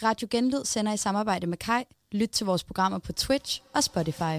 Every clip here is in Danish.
Radio Genlyd sender i samarbejde med Kai. Lyt til vores programmer på Twitch og Spotify.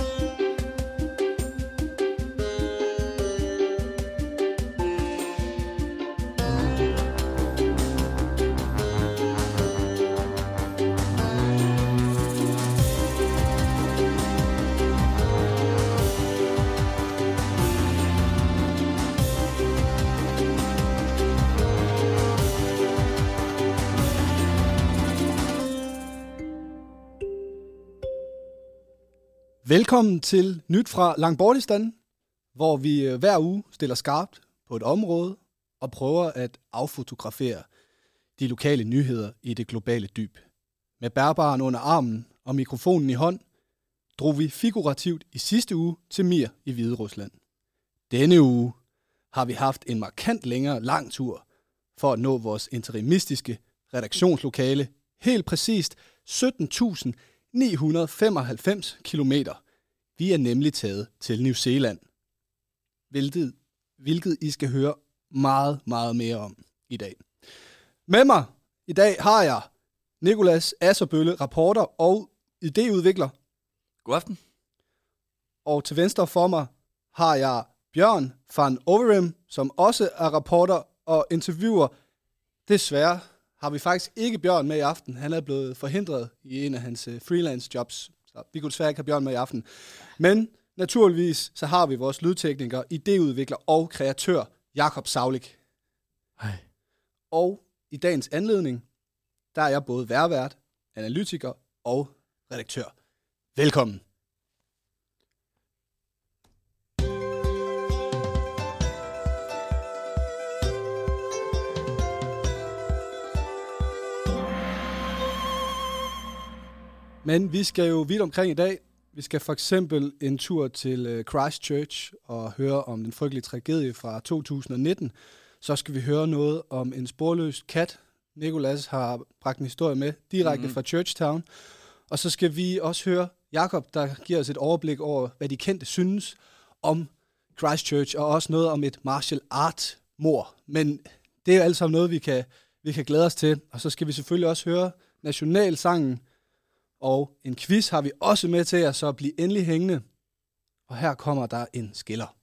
Velkommen til Nyt fra Langbordistan, hvor vi hver uge stiller skarpt på et område og prøver at affotografere de lokale nyheder i det globale dyb. Med bærbaren under armen og mikrofonen i hånd, drog vi figurativt i sidste uge til Mir i Hviderusland. Denne uge har vi haft en markant længere lang tur for at nå vores interimistiske redaktionslokale, helt præcist 17.995 kilometer. Vi er nemlig taget til New Zealand, hvilket I skal høre meget, meget mere om i dag. Med mig i dag har jeg Nicolas Asserbølle, reporter og idéudvikler. God aften. Og til venstre for mig har jeg Bjørn van Overem, som også er reporter og interviewer. Desværre har vi faktisk ikke Bjørn med i aften. Han er blevet forhindret i en af hans freelance jobs. Så vi kunne desværre ikke have Bjørn med i aften. Men naturligvis så har vi vores lydtekniker, idéudvikler og kreatør, Jakob Saulik. Hej. Og i dagens anledning, der er jeg både værvært, analytiker og redaktør. Velkommen. Men vi skal jo vidt omkring i dag. Vi skal for eksempel en tur til Christchurch og høre om den frygtelige tragedie fra 2019. Så skal vi høre noget om en sporløs kat. Nicolas har bragt en historie med direkte fra Churchtown. Og så skal vi også høre Jakob, der giver os et overblik over, hvad de kendte synes om Christchurch, og også noget om et martial art mord. Men det er altså noget, vi kan glæde os til. Og så skal vi selvfølgelig også høre nationalsangen. Og en quiz har vi også med til jer, så bliv endelig hængende. Og her kommer der en skiller.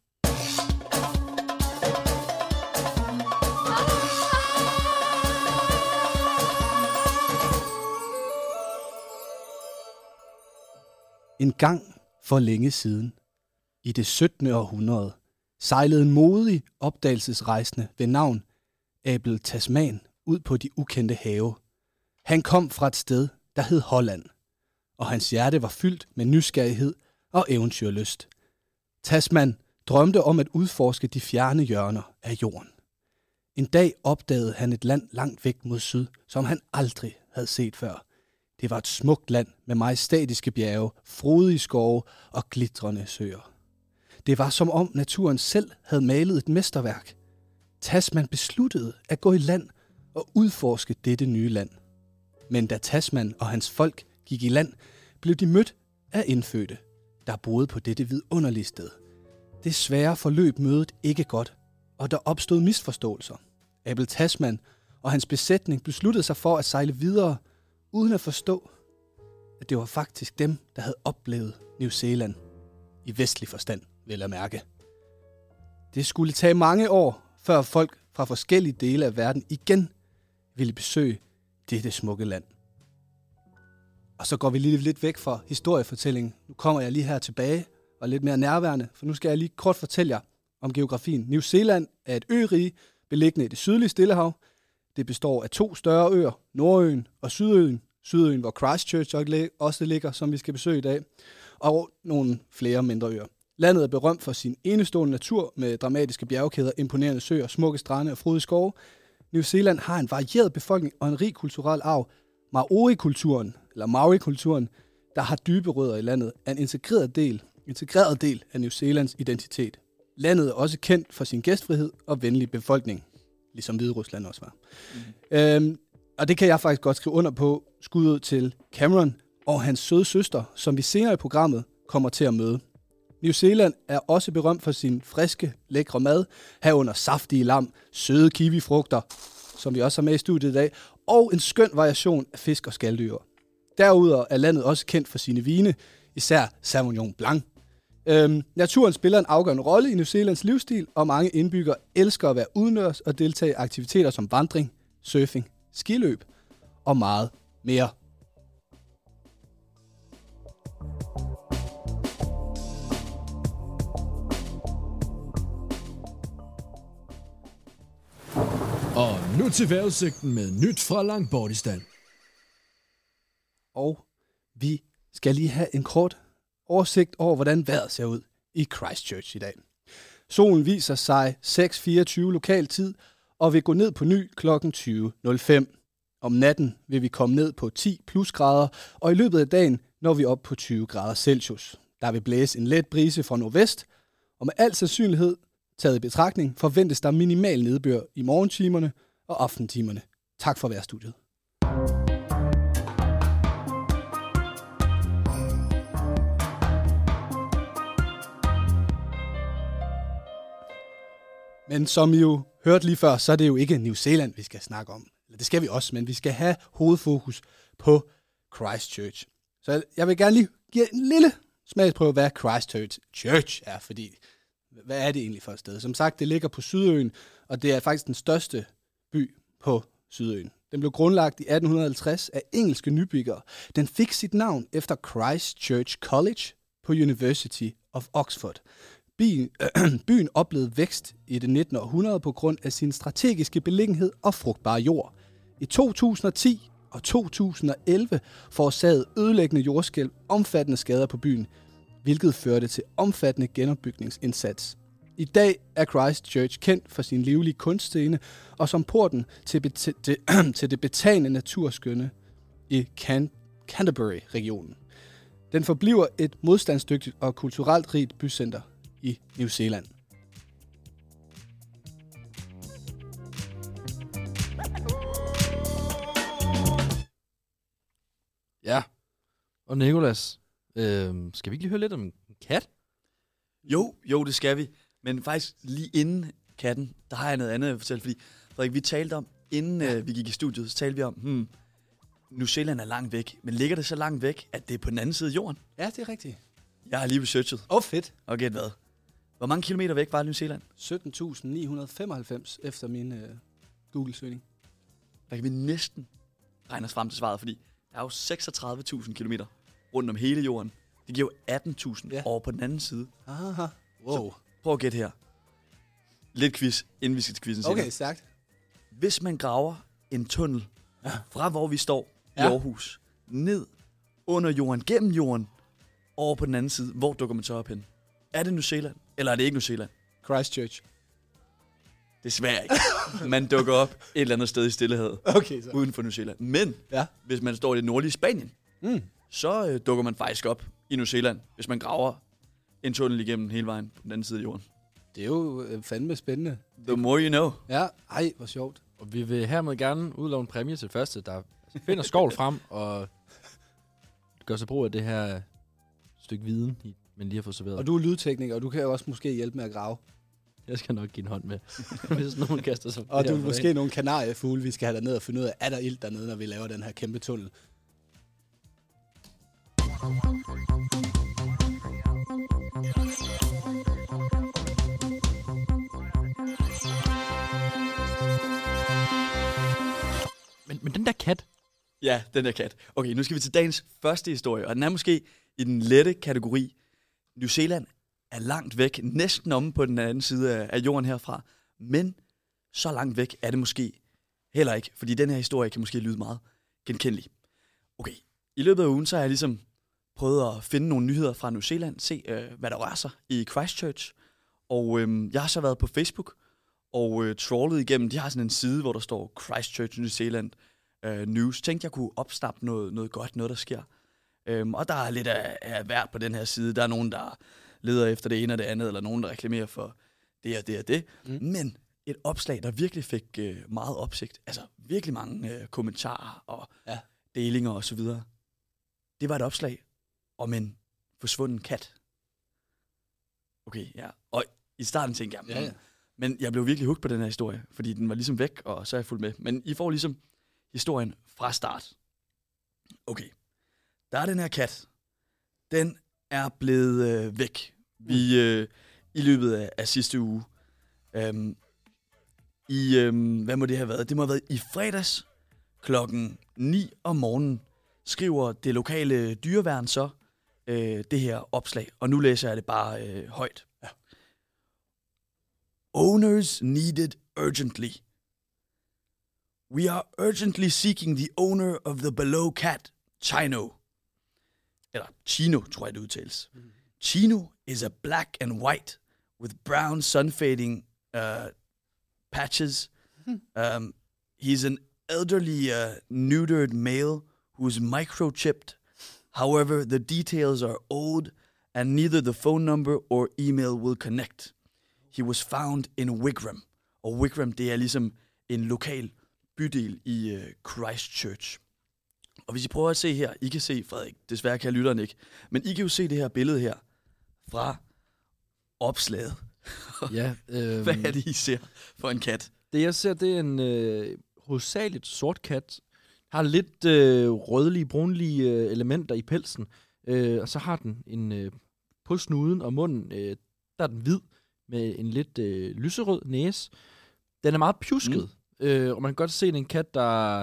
En gang for længe siden, i det 17. århundrede, sejlede en modig opdagelsesrejsende ved navn Abel Tasman ud på de ukendte have. Han kom fra et sted, der hed Holland, og hans hjerte var fyldt med nysgerrighed og eventyrlyst. Tasman drømte om at udforske de fjerne hjørner af jorden. En dag opdagede han et land langt væk mod syd, som han aldrig havde set før. Det var et smukt land med majestætiske bjerge, frodige skove og glitrende søer. Det var som om naturen selv havde malet et mesterværk. Tasman besluttede at gå i land og udforske dette nye land. Men da Tasman og hans folk gik i land, blev de mødt af indfødte, der boede på dette vidunderlige sted. Desværre forløb mødet ikke godt, og der opstod misforståelser. Abel Tasman og hans besætning besluttede sig for at sejle videre, uden at forstå, at det var faktisk dem, der havde oplevet New Zealand i vestlig forstand, vil jeg mærke. Det skulle tage mange år, før folk fra forskellige dele af verden igen ville besøge dette smukke land. Og så går vi lige lidt væk fra historiefortællingen. Nu kommer jeg lige her tilbage og lidt mere nærværende, for nu skal jeg lige kort fortælle jer om geografien. New Zealand er et ørige beliggende i det sydlige Stillehav. Det består af 2 større øer, Nordøen og Sydøen. Sydøen, hvor Christchurch også ligger, som vi skal besøge i dag, og nogle flere mindre øer. Landet er berømt for sin enestående natur med dramatiske bjergkæder, imponerende søer, smukke strande og frodige skove. New Zealand har en varieret befolkning og en rig kulturel arv. Maori-kulturen, der har dybe rødder i landet, er en integreret del af New Zealands identitet. Landet er også kendt for sin gæstfrihed og venlige befolkning, ligesom Hviderusland også var. Og det kan jeg faktisk godt skrive under på. Skud ud til Cameron og hans søde søster, som vi senere i programmet kommer til at møde. New Zealand er også berømt for sin friske, lækre mad, herunder saftige lam, søde kiwifrugter, som vi også har med i studiet i dag, og en skøn variation af fisk og skaldyr. Derudover er landet også kendt for sine vine, især Sauvignon Blanc. Naturen spiller en afgørende rolle i New Zealands livsstil, og mange indbyggere elsker at være udendørs og deltage i aktiviteter som vandring, surfing, skiløb og meget mere. Og nu til vejrudsigten med nyt fra Langbordistan. Og vi skal lige have en kort oversigt over, hvordan vejret ser ud i Christchurch i dag. Solen viser sig 6:24 lokal tid og vil gå ned på ny kl. 20:05. Om natten vil vi komme ned på 10 plusgrader, og i løbet af dagen når vi op på 20 grader Celsius. Der vil blæse en let brise fra nordvest, og med al sandsynlighed taget i betragtning forventes der minimal nedbør i morgentimerne og aftentimerne. Tak for vejrstudiet. Men som I jo hørte lige før, så er det jo ikke New Zealand, vi skal snakke om. Eller det skal vi også, men vi skal have hovedfokus på Christchurch. Så jeg vil gerne lige give en lille smagsprøve, hvad Christchurch er, fordi hvad er det egentlig for et sted? Som sagt, det ligger på Sydøen, og det er faktisk den største by på Sydøen. Den blev grundlagt i 1850 af engelske nybyggere. Den fik sit navn efter Christchurch College på University of Oxford. Byen oplevede vækst i det 19. århundrede på grund af sin strategiske beliggenhed og frugtbare jord. I 2010 og 2011 forårsagede ødelæggende jordskælv omfattende skader på byen, hvilket førte til omfattende genopbygningsindsats. I dag er Christchurch kendt for sin livlige kunstscene og som porten til det betagende naturskønne i Canterbury-regionen. Den forbliver et modstandsdygtigt og kulturelt rigt bycenter i New Zealand. Ja, og Nicolas, skal vi ikke lige høre lidt om en kat? Jo, det skal vi. Men faktisk lige inden katten, der har jeg noget andet at fortælle, fordi Frederik, vi talte om, inden vi gik i studiet, så talte vi om, New Zealand er langt væk, men ligger det så langt væk, at det er på den anden side af jorden? Ja, det er rigtigt. Jeg har lige researchet. Fedt. Og gæt hvad? Hvor mange kilometer væk var New Zealand? 17.995 efter min Google-søgning. Der kan vi næsten regne os frem til svaret, fordi der er jo 36.000 kilometer rundt om hele jorden. Det giver jo 18.000 over på den anden side. Aha. Wow. Så prøv at gætte her. Lidt quiz, inden vi skal til quizzen. Okay, stærkt. Hvis man graver en tunnel fra hvor vi står i Aarhus, ned under jorden, gennem jorden, over på den anden side, hvor dukker man så op hen? Er det New Zealand, eller er det ikke New Zealand? Christchurch. Desværre ikke. Man dukker op et eller andet sted i Stillehavet, så. uden for New Zealand. Men hvis man står i det nordlige Spanien, så dukker man faktisk op i New Zealand, hvis man graver en tunnel igennem hele vejen på den anden side af jorden. Det er jo fandme spændende. The more you know. Ja, ej, hvor sjovt. Og vi vil hermed gerne udlove en præmie til første, der finder skovl frem og gør sig brug af det her stykke viden, men lige har fået serveret. Og du er lydtekniker, og du kan jo også måske hjælpe med at grave. Jeg skal nok give en hånd med, hvis nogen kaster sig. Og du er måske nogle kanariefugle, vi skal have derned og finde ud af, er der ild dernede, når vi laver den her kæmpe tunnel. Men den der kat. Ja, den der kat. Okay, nu skal vi til dagens første historie, og den er måske i den lette kategori. New Zealand er langt væk, næsten omme på den anden side af jorden herfra, men så langt væk er det måske heller ikke, fordi den her historie kan måske lyde meget genkendelig. Okay, i løbet af ugen, så har jeg ligesom prøvet at finde nogle nyheder fra New Zealand, se hvad der rører sig i Christchurch, og jeg har så været på Facebook og trawlet igennem. De har sådan en side, hvor der står Christchurch, New Zealand News. Tænkte, jeg kunne opsnappe noget godt, noget der sker. Og der er lidt af hvert på den her side. Der er nogen, der leder efter det ene og det andet, eller nogen, der reklamerer for det og det og det. Men et opslag, der virkelig fik meget opsigt, altså virkelig mange kommentarer og delinger og så videre. Det var et opslag om en forsvunden kat. Okay, ja. Og i starten tænkte jeg, men jeg blev virkelig hooked på den her historie, fordi den var ligesom væk, og så er jeg fuldt med. Men I får ligesom historien fra start. Okay, der er den her kat. Den er blevet væk i løbet af sidste uge. Hvad må det have været? Det må have været i fredags klokken 9 om morgenen, skriver det lokale dyreværn så det her opslag. Og nu læser jeg det bare højt. Ja. Owners needed urgently. We are urgently seeking the owner of the below cat, Chino. Eller Chino, tror jeg det udtales. Mm. Chino is a black and white with brown sun-fading patches. He's an elderly neutered male who's microchipped. However, the details are old and neither the phone number or email will connect. He was found in Wigram. Og Wigram, det er ligesom en lokal bydel i Christchurch. Og hvis I prøver at se her, I kan se, Frederik, desværre kan lytteren ikke, men I kan jo se det her billede her fra opslaget. Ja, Hvad er det, I ser for en kat? Det jeg ser, det er en hovedsageligt sort kat. Har lidt rødlige, brunlige elementer i pelsen. Og så har den en på snuden og munden, der er den hvid med en lidt lyserød næse. Den er meget pjusket. Og man kan godt se, at det er en kat, der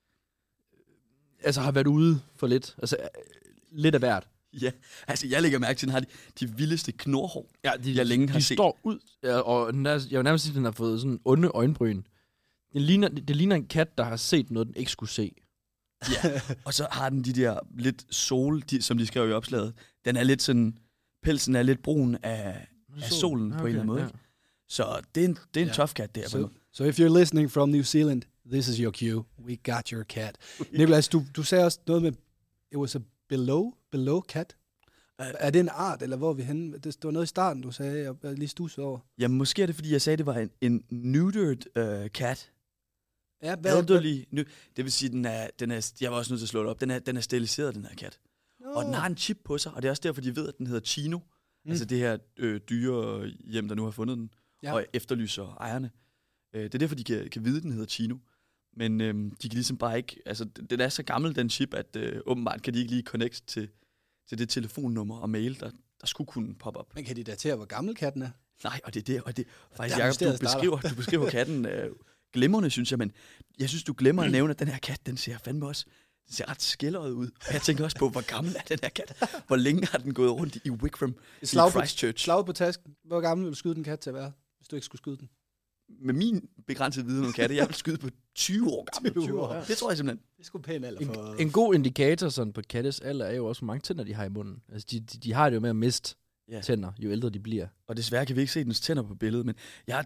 har været ude for lidt. Altså lidt af hvert. Ja, altså jeg lægger mærke til, at den har de vildeste knorhår, jeg længe har set. De står ud, og jeg vil nærmest sige, at den har fået sådan onde øjenbryn. Det ligner en kat, der har set noget, den ikke skulle se. Ja, og så har den de der lidt sol, som de skrev i opslaget. Den er lidt sådan, pelsen er lidt brun af solen på en eller anden måde. Ja. Så det er en tough cat der. So if you're listening from New Zealand, this is your cue. We got your cat. Nicholas, du sagde også noget med, it was a below cat. Er det en art, eller hvor er vi henne? Det var noget i starten, du sagde, jeg lige stusset over. Ja, måske er det, fordi jeg sagde, det var en neutered cat. Ja, elderly. Det vil sige, den er, jeg var også nødt til at slå det op, den er steriliseret, den her kat. Og den har en chip på sig, og det er også derfor, de ved, at den hedder Chino. Altså det her dyrehjem, der nu har fundet den, og efterlyser ejerne. Det er derfor, de kan vide, at den hedder Chino. Men de kan ligesom bare ikke, altså den er så gammel, den chip, at åbenbart kan de ikke lige connect til det telefonnummer og mail, der skulle kunne poppe op. Men kan de datere, hvor gammel katten er? Nej, og det er det. Faktisk, Jacob, du beskriver katten glimrende, synes jeg, men jeg synes, du glemmer at nævne, at den her kat, den ser fandme også, den ser ret skældret ud. Og jeg tænker også på, hvor gammel er den her kat? Hvor længe har den gået rundt i Wigram i Christchurch? Slag på tasken. Hvor gammel vil du skyde den kat til at være, hvis du ikke skulle skyde den? Med min begrænsede viden om katte, jeg vil skyde på 20 år gammel. 20 år. Det tror jeg simpelthen. Det er sgu pæn alder for... En god indikator sådan på kattes alder er jo også, hvor mange tænder de har i munden. Altså, de har det jo med at miste tænder, jo ældre de bliver. Og desværre kan vi ikke se dens tænder på billedet, men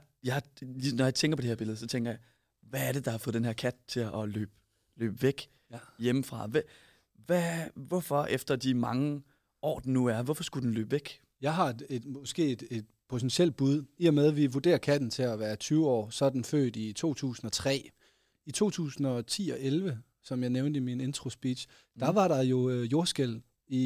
når jeg tænker på det her billede, så tænker jeg, hvad er det, der har fået den her kat til at løbe væk hjemmefra? Hvorfor efter de mange år, den nu er, hvorfor skulle den løbe væk? Jeg har måske et potentielt bud. I og med, at vi vurderer katten til at være 20 år, så er den født i 2003. I 2010 og 11, som jeg nævnte i min intro-speech, der var der jo jordskælv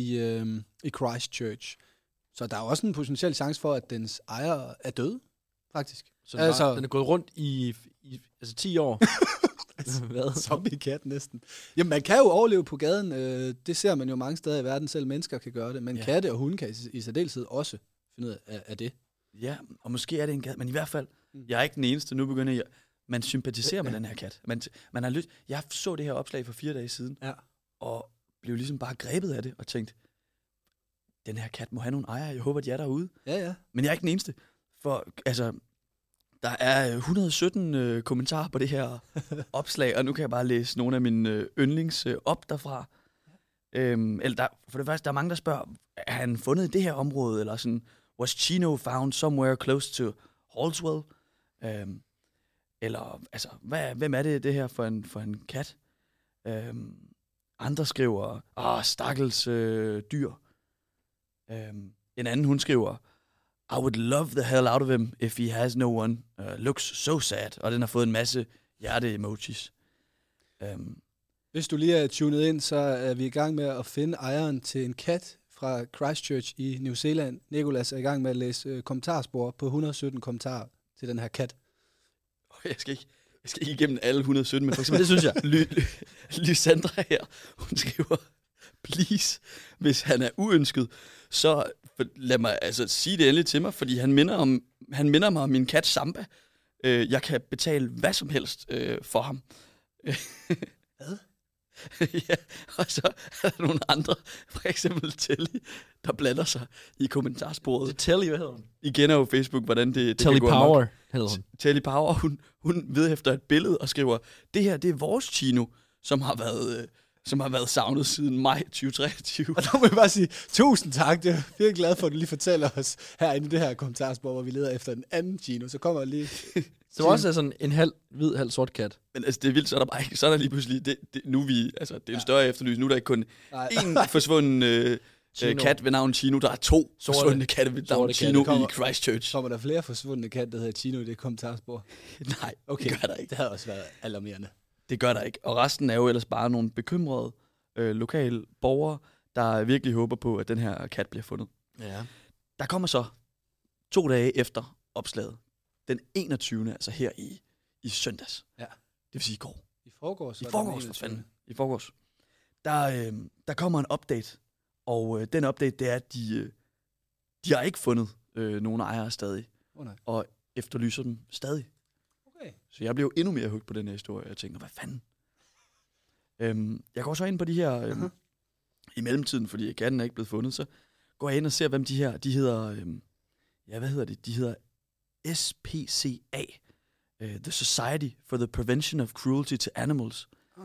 i Christchurch. Så der er også en potentiel chance for, at dens ejer er død, faktisk. Så den er gået rundt i 10 år? Hvad? Zombie-kat næsten. Jamen, man kan jo overleve på gaden. Det ser man jo mange steder i verden. Selv mennesker kan gøre det. Men katte og hunde kan i særdeleshed også finde ud af det. Ja, og måske er det en kat. Men i hvert fald, jeg er ikke den eneste. Nu begynder jeg... Man sympatiserer med den her kat. Man har lyst... Jeg så det her opslag for 4 dage siden. Ja. Og blev ligesom bare grebet af det. Og tænkte, den her kat må have nogle ejere. Jeg håber, de er derude. Ja. Men jeg er ikke den eneste. For altså... Der er 117 kommentarer på det her opslag, og nu kan jeg bare læse nogle af mine yndlings op derfra. For det første, der er mange, der spørger, er han fundet i det her område, eller sådan, was Chino found somewhere close to Halswell? Eller, altså, hvem er det her for en kat? Andre skriver, stakkels dyr. En anden, hun skriver, I would love the hell out of him if he has no one. Looks so sad. Og den har fået en masse hjerte-emojis. Hvis du lige er tunet ind, så er vi i gang med at finde ejeren til en kat fra Christchurch i New Zealand. Nicholas er i gang med at læse kommentarspor på 117 kommentarer til den her kat. Jeg skal ikke Jeg skal ikke igennem alle 117, men for eksempel, Det synes jeg. Lysandra her, hun skriver, please, hvis han er uønsket, så lad mig altså sige det endelig til mig, fordi han minder mig om min kat Samba. Jeg kan betale hvad som helst for ham. Hvad? Ja, og så er der nogle andre, for eksempel Telly, der blander sig i kommentarsporet. Telly, hvad hedder hun? Igen er jo Facebook, hvordan det Telly kan gå Power amok. hedder hun. Telly Power, hun vedhæfter et billede og skriver, det her, det er vores Chino, som har været savnet siden maj 2023. Og der må jeg bare sige, tusind tak. Det er virkelig glad for, at du lige fortæller os herinde i det her kommentarspor, hvor vi leder efter en anden Gino. Så kommer lige... Så også er sådan en halv hvid, halv sort kat. Men altså, det er vildt, så er der bare ikke, så er der lige pludselig, det er en større efterlys. Nu er der ikke kun én forsvunden kat ved navn Chino, der er 2 forsvundne katte ved navn Chino i Christchurch. Kommer der flere forsvundne katte, der hedder Chino i det kommentarspor? Nej, okay. Det gør der ikke. Det havde også været alarmerende. Det gør der ikke. Og resten er jo ellers bare nogle bekymrede lokale borgere, der virkelig håber på, at den her kat bliver fundet. Ja. Der kommer så 2 dage efter opslaget, den 21. altså her i søndags. Ja. Det vil sige i går. I forgårs. I forgårs, for fanden. I forgårs. Der kommer en update, og den update, det er, at de har ikke fundet nogen ejere stadig, og efterlyser dem stadig. Okay. Så jeg blev endnu mere hooked på den her historie, og jeg tænker, hvad fanden? Jeg går så ind på de her, i mellemtiden, fordi katten er ikke blevet fundet, så går jeg ind og ser, hvem de her, de hedder, hvad hedder det? De hedder SPCA, The Society for the Prevention of Cruelty to Animals.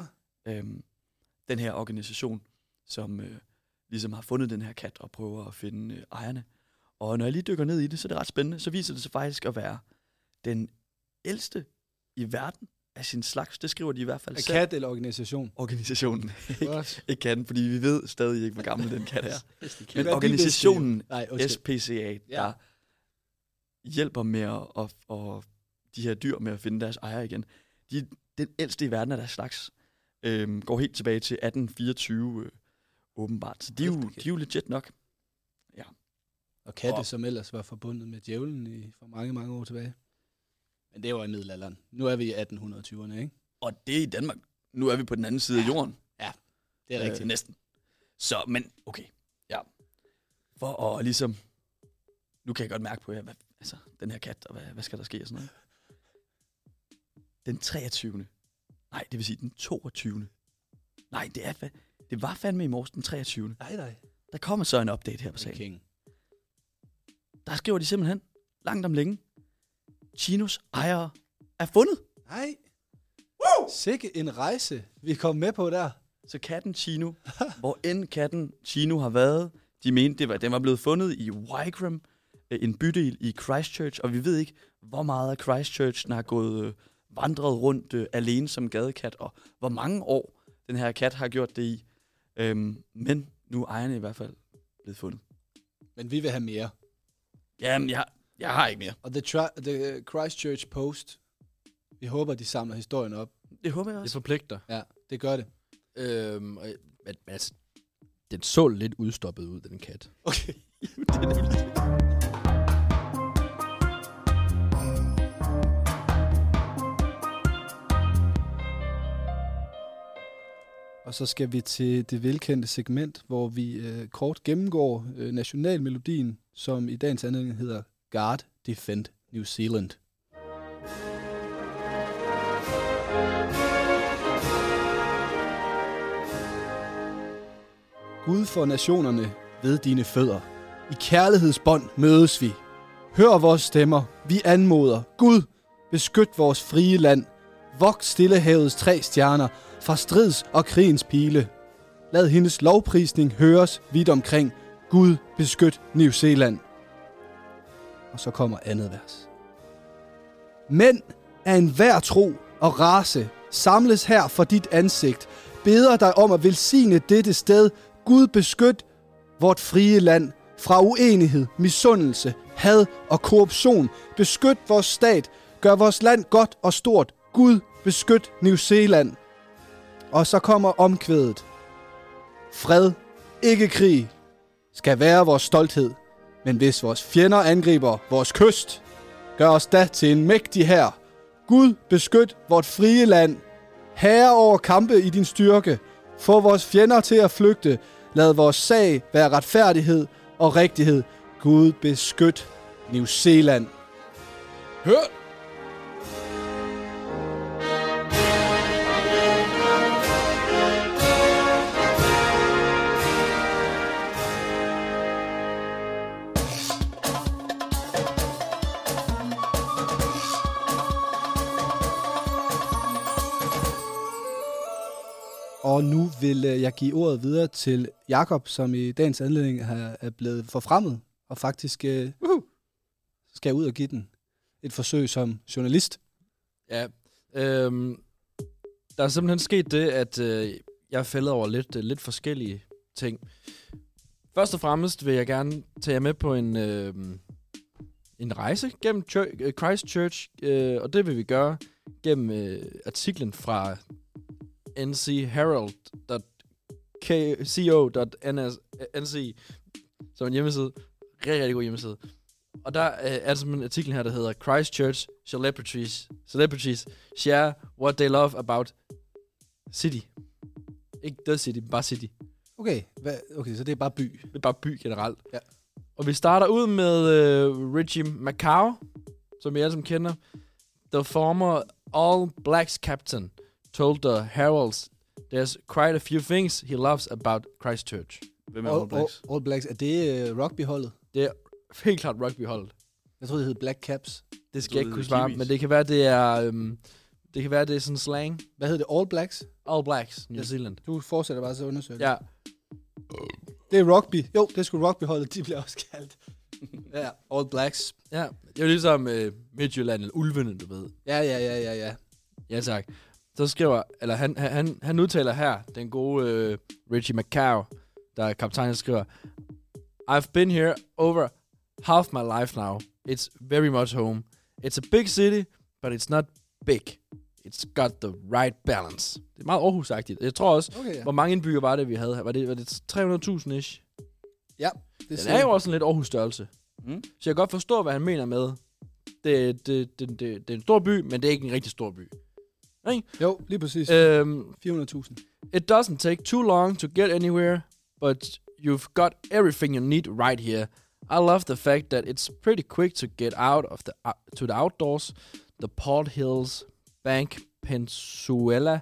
Den her organisation, som ligesom har fundet den her kat og prøver at finde ejerne. Og når jeg lige dykker ned i det, så er det ret spændende. Så viser det sig faktisk at være den ældste i verden af sin slags. Det skriver de i hvert fald selv. Kat eller organisation? Organisationen. Ikke katten, fordi vi ved stadig ikke, hvor gammel den kat er. Men Hvad organisationen SPCA, der hjælper med at de her dyr med at finde deres ejer igen. De er den ældste i verden af deres slags. Går helt tilbage til 1824 åbenbart. Så de er jo legit nok. Ja. Og katte, som ellers var forbundet med djævlen for mange, mange år tilbage. Men det var i middelalderen. Nu er vi i 1820'erne, ikke? Og det er i Danmark. Nu er vi på den anden side af jorden. Ja, det er rigtigt. Næsten. Så, men okay. Ja. For at ligesom... Nu kan jeg godt mærke på jer, den her kat, og hvad skal der ske og sådan noget. Den 23. Nej, det vil sige den 22. Nej, det var fandme i morges den 23. Nej. Der kommer så en update her på sagen. Der skriver de simpelthen, langt om længe, Chinos ejere er fundet. Nej. Sikke en rejse, vi kom med på der. Så katten Chino, hvor end katten Chino har været, de mente, den var blevet fundet i Wygram, en bydel i Christchurch, og vi ved ikke, hvor meget af Christchurch har gået vandret rundt alene som gadekat, og hvor mange år den her kat har gjort det i. Men nu er ejerne i hvert fald blevet fundet. Men vi vil have mere. Jamen, jeg har ikke mere. Og The Christchurch Post, vi håber, de samler historien op. Det håber jeg også. Det forpligter. Ja, det gør det. Altså, den så lidt udstoppet ud, den kat. Okay. Det er nemlig. Og så skal vi til det velkendte segment, hvor vi kort gennemgår nationalmelodien, som i dagens anledning hedder Guard Defend New Zealand. Gud for nationerne ved dine fødder. I kærlighedsbånd mødes vi. Hør vores stemmer, vi anmoder. Gud, beskyt vores frie land. Vogt Stillehavets 3 stjerner fra strids og krigens pile. Lad hendes lovprisning høres vidt omkring. Gud, beskyt New Zealand. Og så kommer andet vers. Mænd af enhver tro og race samles her for dit ansigt. Beder dig om at velsigne dette sted. Gud, beskyt vort frie land fra uenighed, misundelse, had og korruption. Beskyt vores stat. Gør vores land godt og stort. Gud, beskyt New Zealand. Og så kommer omkvædet. Fred, ikke krig, skal være vores stolthed. Men hvis vores fjender angriber vores kyst, gør os da til en mægtig hær. Gud beskyt vort frie land. Herre over kampe i din styrke. Få vores fjender til at flygte. Lad vores sag være retfærdighed og rigtighed. Gud beskyt New Zealand. Hør! Og nu vil jeg give ordet videre til Jakob, som i dagens anledning er blevet forfremmet, og faktisk skal ud og give den et forsøg som journalist. Ja, der er simpelthen sket det, at jeg er faldet over lidt forskellige ting. Først og fremmest vil jeg gerne tage jer med på en rejse gennem Christchurch, og det vil vi gøre gennem artiklen fra nchherald.co.nc, som en hjemmeside. Rigtig, rigtig god hjemmeside. Og der er der simpelthen en artikel her, der hedder Christchurch Celebrities share what they love about City. Ikke The City, bare City. Okay, så det er bare by. Det er bare by generelt. Ja. Og vi starter ud med Richie Macau, som I alle sammen kender. The former All Blacks captain told the Heralds there's quite a few things he loves about Christchurch. Hvem er All Blacks? All Blacks, er det rugbyholdet? Det er helt klart rugbyholdet. Jeg troede, det hed Black Caps. Det skal jeg ikke kunne svare, men det kan være, det er... det kan være, det er sådan slang. Hvad hedder det? All Blacks? All Blacks, New Zealand. Du fortsætter bare så at undersøge det. Ja. Det er rugby. Jo, det er sgu rugbyholdet. De bliver også kaldt. Ja, All Blacks. Ja, det er jo ligesom Midtjylland eller Ulvene, du ved. Ja. Ja, tak. Så skriver, eller han udtaler her, den gode Richie Macau, der er kaptajnen, skriver, I've been here over half my life now. It's very much home. It's a big city, but it's not big. It's got the right balance. Det er meget Aarhus-agtigt. Jeg tror også, Okay, ja. hvor mange indbygger var det, vi havde her? Var det 300.000-ish? Ja. Den er jo også en lidt Aarhus-størrelse. Mm. Så jeg kan godt forstå, hvad han mener med, det er en stor by, men det er ikke en rigtig stor by. Ikke? Jo, lige præcis. 400.000. It doesn't take too long to get anywhere, but you've got everything you need right here. I love the fact that it's pretty quick to get out of to the outdoors. The Port Hills, Bank, Peninsula,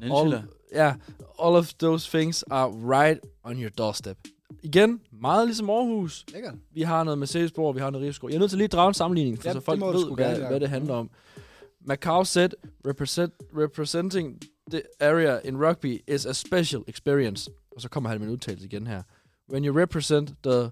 all of those things are right on your doorstep. Igen, meget ligesom Aarhus. Lækkert. Vi har noget Mercedesborg, vi har noget Rigsgaard. Jeg er nødt til lige at drage en sammenligning, for Ja, så folk ved, hvad det handler om. Macau said, representing the area in rugby is a special experience. Og så kommer han med en udtalelse igen her. When you represent the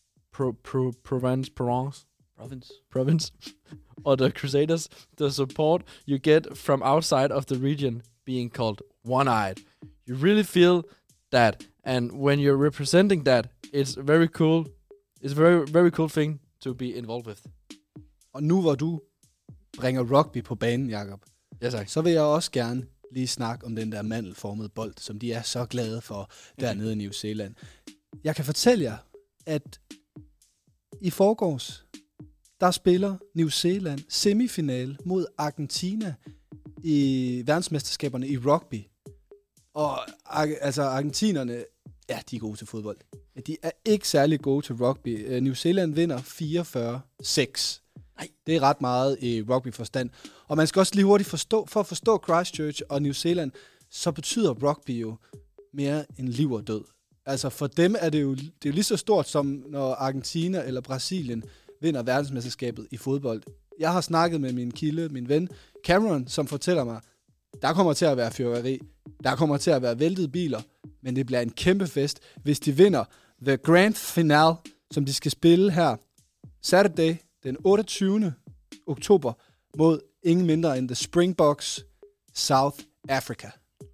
province, or the Crusaders, the support you get from outside of the region being called one-eyed. You really feel that, and when you're representing that, it's very cool. It's a very, very cool thing to be involved with. Og nu hvor du bringer rugby på banen, Jakob, Ja, tak. så vil jeg også gerne lige snakke om den der mandelformede bold, som de er så glade for dernede i New Zealand. Jeg kan fortælle jer, at i forgårs, der spiller New Zealand semifinale mod Argentina i verdensmesterskaberne i rugby. Og altså argentinerne, ja, de er gode til fodbold. De er ikke særlig gode til rugby. New Zealand vinder 44-6. Nej, det er ret meget i rugby-forstand. Og man skal også lige hurtigt forstå, for at forstå Christchurch og New Zealand, så betyder rugby jo mere end liv og død. Altså for dem er det er jo lige så stort, som når Argentina eller Brasilien vinder verdensmesterskabet i fodbold. Jeg har snakket med min kilde, min ven Cameron, som fortæller mig, der kommer til at være fyrværkeri, der kommer til at være væltede biler, men det bliver en kæmpe fest, hvis de vinder The Grand Finale, som de skal spille her Saturday, den 28. oktober, mod ingen mindre end The Springboks, South Africa.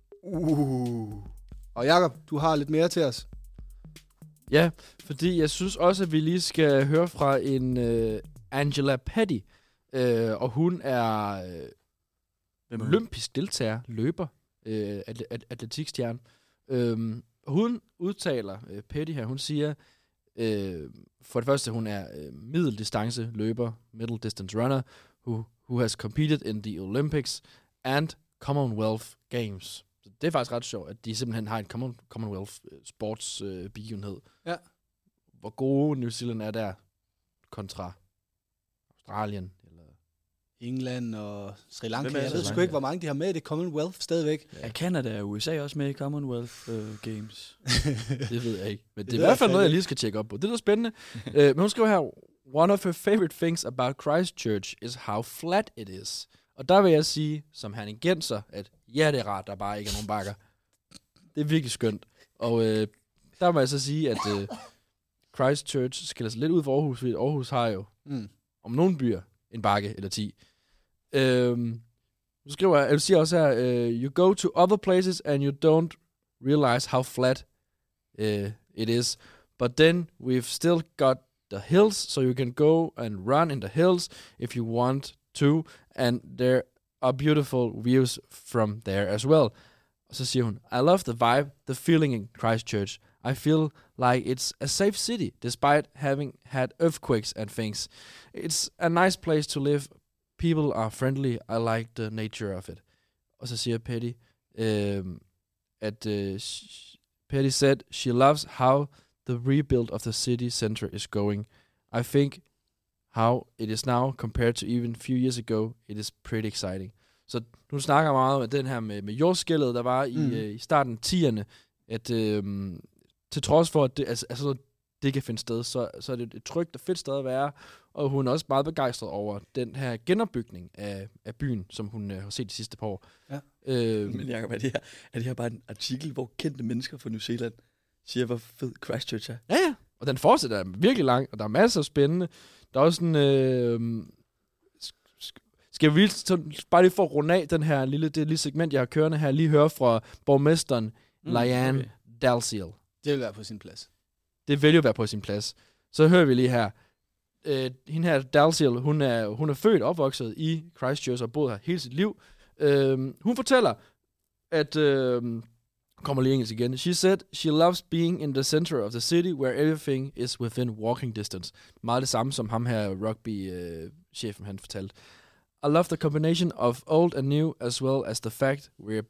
Og Jakob, du har lidt mere til os. Ja, fordi jeg synes også, at vi lige skal høre fra en Angela Petty. Og hun er olympisk deltager, løber, atletikstjerne. Hun udtaler, Petty her, hun siger, for det første, hun er middeldistance løber, middle distance runner, who who has competed in the Olympics and Commonwealth Games. Så det er faktisk ret sjovt, at de simpelthen har en Commonwealth sports begivenhed. Ja. Hvor gode New Zealand er der kontra Australien. Eller England og Sri Lanka. Hvem er Jeg det? ved sgu ikke, hvor mange de har med i det Commonwealth stadigvæk. Er Canada og USA også med i Commonwealth Games? Det ved jeg ikke. Men det er ved i hvert fald jeg noget, jeg ikke. lige skal tjekke op på. Det er spændende. Men hun skriver her, one of her favorite things about Christchurch is how flat it is. Og der vil jeg sige, som herningenser, at ja, det er rart, der bare ikke er nogen bakker. Det er virkelig skønt. Og der må jeg så sige, at Christchurch skiller sig lidt ud for Aarhus, fordi Aarhus har jo om nogle byer en bakke eller 10. Nu skriver jeg siger også her, you go to other places and you don't realize how flat it is. But then we've still got the hills, so you can go and run in the hills if you want to, and there are beautiful views from there as well. Og så siger hun, I love the vibe, the feeling in Christchurch. I feel like it's a safe city, despite having had earthquakes and things. It's a nice place to live. People are friendly. I like the nature of it. Og så siger Petty, Petty said she loves how the rebuild of the city center is going. I think how it is now compared to even a few years ago, it is pretty exciting. Så nu snakker meget om den her med jordskælvet, der var i starten af 10'erne, at til trods for, at det kan finde sted, så er det et trygt og fedt sted at være, og hun er også meget begejstret over den her genopbygning af byen, som hun har set de sidste par år. Ja. Men Jacob, er det her bare en artikel, hvor kendte mennesker fra New Zealand siger, hvor fed Christchurch er? Ja, og den fortsætter virkelig lang, og der er masser af spændende. Der er også sådan... skal vi bare lige for at runde af det lille segment, jeg har kørende her, lige høre fra borgmesteren Liane Dalziel. Det vil være på sin plads. Det vil jo være på sin plads. Så hører vi lige her. Hende her, Dalziel, hun er født og opvokset i Christchurch og boet her hele sit liv. Hun fortæller, at... kommer lige engelsk igen. She said she loves being in the center of the city where everything is within walking distance. Meget det samme som ham her, rugby-chefen, han fortalte. I love the combination of old and new, as well as the fact we are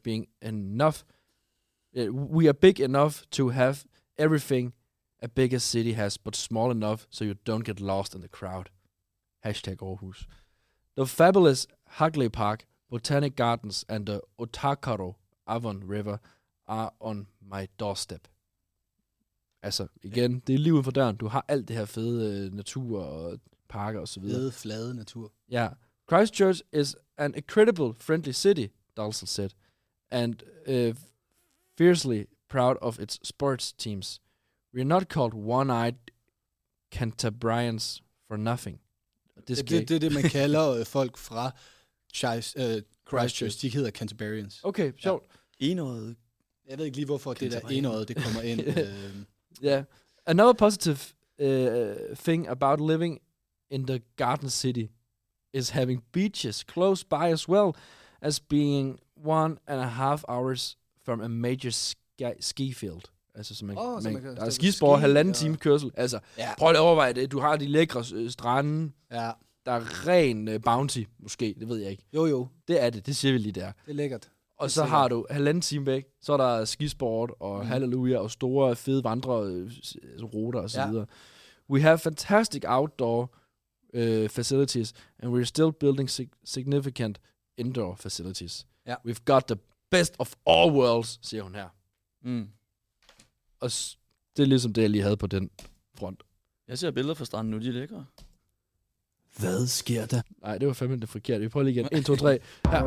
big enough to have everything a bigger city has, but small enough so you don't get lost in the crowd. #Aarhus. The fabulous Hagley Park, Botanic Gardens, and the Otakaro Avon River are on my doorstep. Altså, igen, det er lige uden for døren. Du har alt det her fede natur og parker og så videre. Fede, flade natur. Ja. Christchurch is an incredible, friendly city, Dalziel said, and fiercely proud of its sports teams. We're not called one-eyed Cantabrians for nothing. Det er det, man kalder folk fra Christchurch. De hedder Canterburyans. Okay, sjovt. Enøjet. Jeg ved ikke lige, hvorfor det der enøjet, det kommer ind. Yeah. Another positive thing about living in the Garden City is having beaches close by as well as being 1.5 hours from a major ski field. Altså, så der er skispor, 1,5 time kørsel. Altså, prøv at overveje det. Du har de lækre strande. Ja. Der er ren bounty, måske. Det ved jeg ikke. Jo. Det er det. Det siger vi lige der. Det er lækkert. Og så har du 1,5 time væk, så er der skisport og halleluja og store fede vandreruter og så videre. We have fantastic outdoor facilities, and we're still building significant indoor facilities. Yeah. We've got the best of all worlds, siger hun her. Og det er ligesom det, jeg lige havde på den front. Jeg ser billeder fra stranden nu, de er lækre. Hvad sker der? Nej, det var fandme det forkert. Vi prøver lige igen. 1, 2, 3. Her.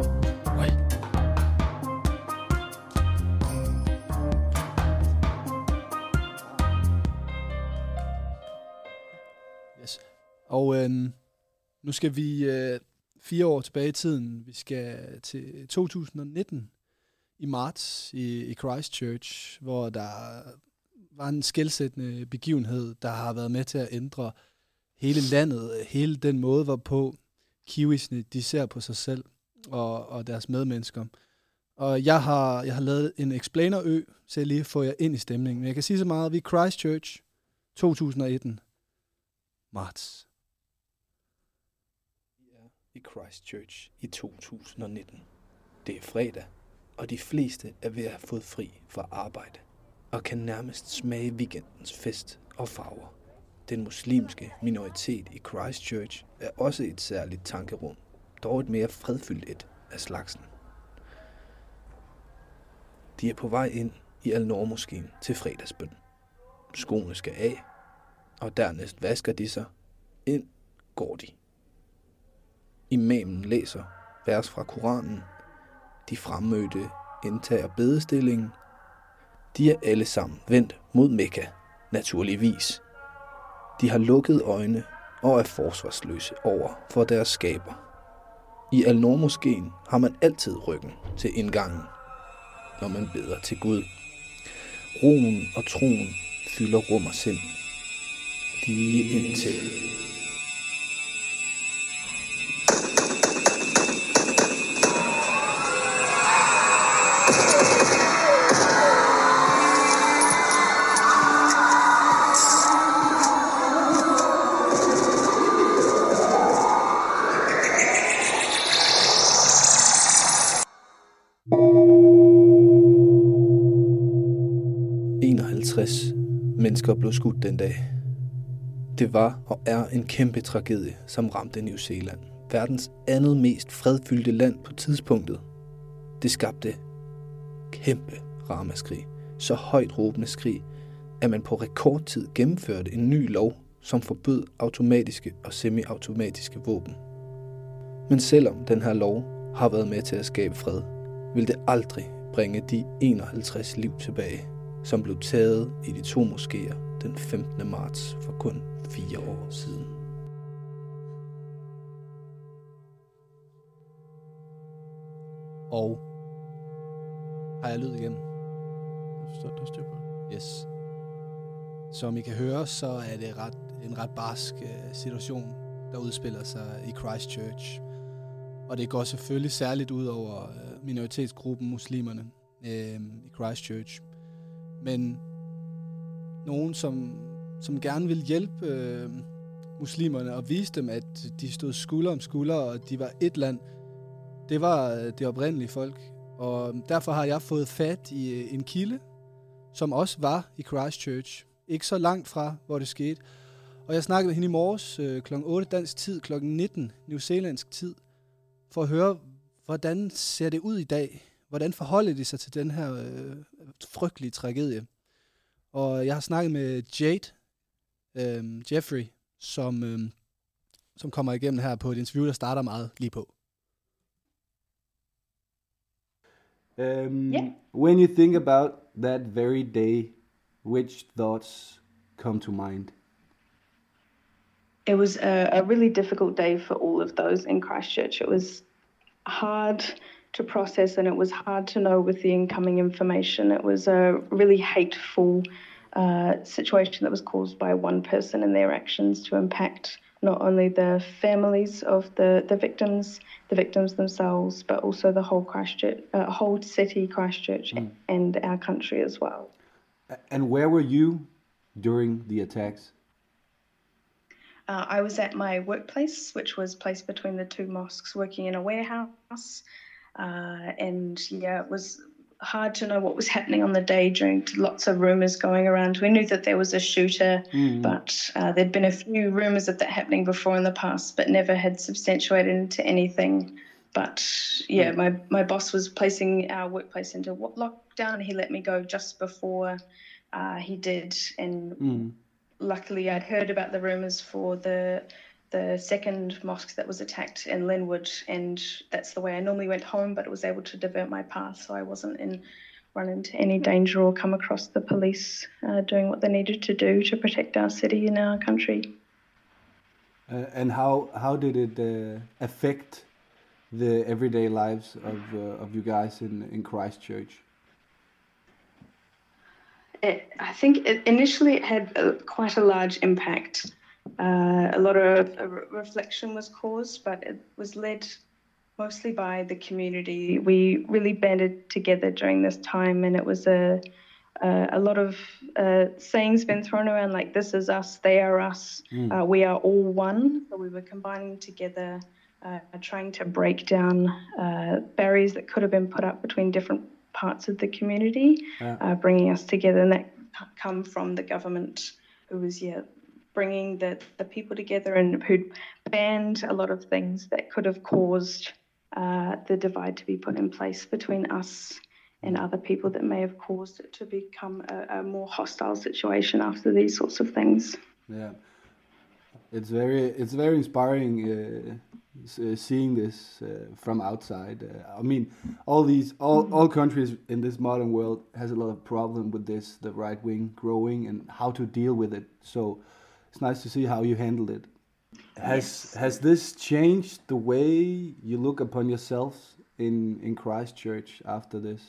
Yes. Og nu skal vi 4 år tilbage i tiden. Vi skal til 2019 i marts i Christchurch, hvor der var en skelsættende begivenhed, der har været med til at ændre hele landet, hele den måde, hvorpå kiwisene de ser på sig selv og deres medmennesker. Og jeg har lavet en explainer-ø, så jeg lige får jer ind i stemningen. Men jeg kan sige så meget, vi er Christchurch 2001. Marts. i Christchurch i 2019. Det er fredag, og de fleste er ved at have fået fri fra arbejde, og kan nærmest smage weekendens fest og farver. Den muslimske minoritet i Christchurch er også et særligt tankerum, dog et mere fredfyldt et af slagsen. De er på vej ind i Al-Noor-moskeen til fredagsbøn. Skoene skal af, og dernæst vasker de sig. Ind går de. Imamen læser vers fra Koranen. De fremmødte indtager bedestillingen. De er alle sammen vendt mod Mekka, naturligvis. De har lukket øjne og er forsvarsløse over for deres skaber. I Al-Noor-moskeen har man altid ryggen til indgangen, når man beder til Gud. Roen og troen fylder rum og sind. Lige indtil. Mennesker blev skudt den dag. Det var og er en kæmpe tragedie, som ramte New Zealand. Verdens andet mest fredfyldte land på tidspunktet. Det skabte kæmpe ramaskrig. Så højt råbende skrig, at man på rekordtid gennemførte en ny lov, som forbød automatiske og semi-automatiske våben. Men selvom den her lov har været med til at skabe fred, vil det aldrig bringe de 51 liv tilbage, som blev taget i de 2 moskéer den 15. marts for kun 4 år siden. Og har jeg lyd igennem? Der styr på det. Yes. Som I kan høre, så er det en ret barsk situation, der udspiller sig i Christchurch. Og det går selvfølgelig særligt ud over minoritetsgruppen muslimerne i Christchurch. Men nogen, som gerne vil hjælpe muslimerne og vise dem, at de stod skulder om skulder, og de var et land, det var det oprindelige folk. Og derfor har jeg fået fat i en kilde, som også var i Christchurch. Ikke så langt fra, hvor det skete. Og jeg snakkede med hende i morges kl. 8 dansk tid, kl. 19 newzealandsk tid, for at høre, hvordan ser det ud i dag? Hvordan forholder de sig til den her frygtelige tragedie? Og jeg har snakket med Jade, Jeffrey, som kommer igennem her på et interview, der starter meget lige på. When you think about that very day, which thoughts come to mind? It was a really difficult day for all of those in Christchurch. It was hard to process, and it was hard to know with the incoming information. It was a really hateful situation that was caused by one person and their actions to impact not only the families of the victims themselves, but also the whole Christchurch, whole city Christchurch, and our country as well. And where were you during the attacks? I was at my workplace, which was placed between the 2 mosques, working in a warehouse. And yeah, it was hard to know what was happening on the day during lots of rumors going around. We knew that there was a shooter, but there'd been a few rumors of that happening before in the past, but never had substantiated into anything. But yeah, my boss was placing our workplace into lockdown, and he let me go just before he did. And luckily I'd heard about the rumors for the second mosque that was attacked in Linwood, and that's the way I normally went home, but it was able to divert my path, so I wasn't run into any danger or come across the police doing what they needed to do to protect our city and our country. And how did it affect the everyday lives of you guys in Christchurch? I think initially it had quite a large impact. A lot of reflection was caused, but it was led mostly by the community. We really banded together during this time, and it was a lot of sayings been thrown around like "This is us, they are us, we are all one." So we were combining together trying to break down barriers that could have been put up between different parts of the community, bringing us together, and that come from the government, who was bringing the people together and who'd banned a lot of things that could have caused the divide to be put in place between us and other people that may have caused it to become a more hostile situation after these sorts of things. Yeah, it's very inspiring seeing this from outside. I mean, all countries in this modern world has a lot of problem with this, the right wing growing, and how to deal with it. So it's nice to see how you handled it. Has this changed the way you look upon yourselves in Christchurch after this?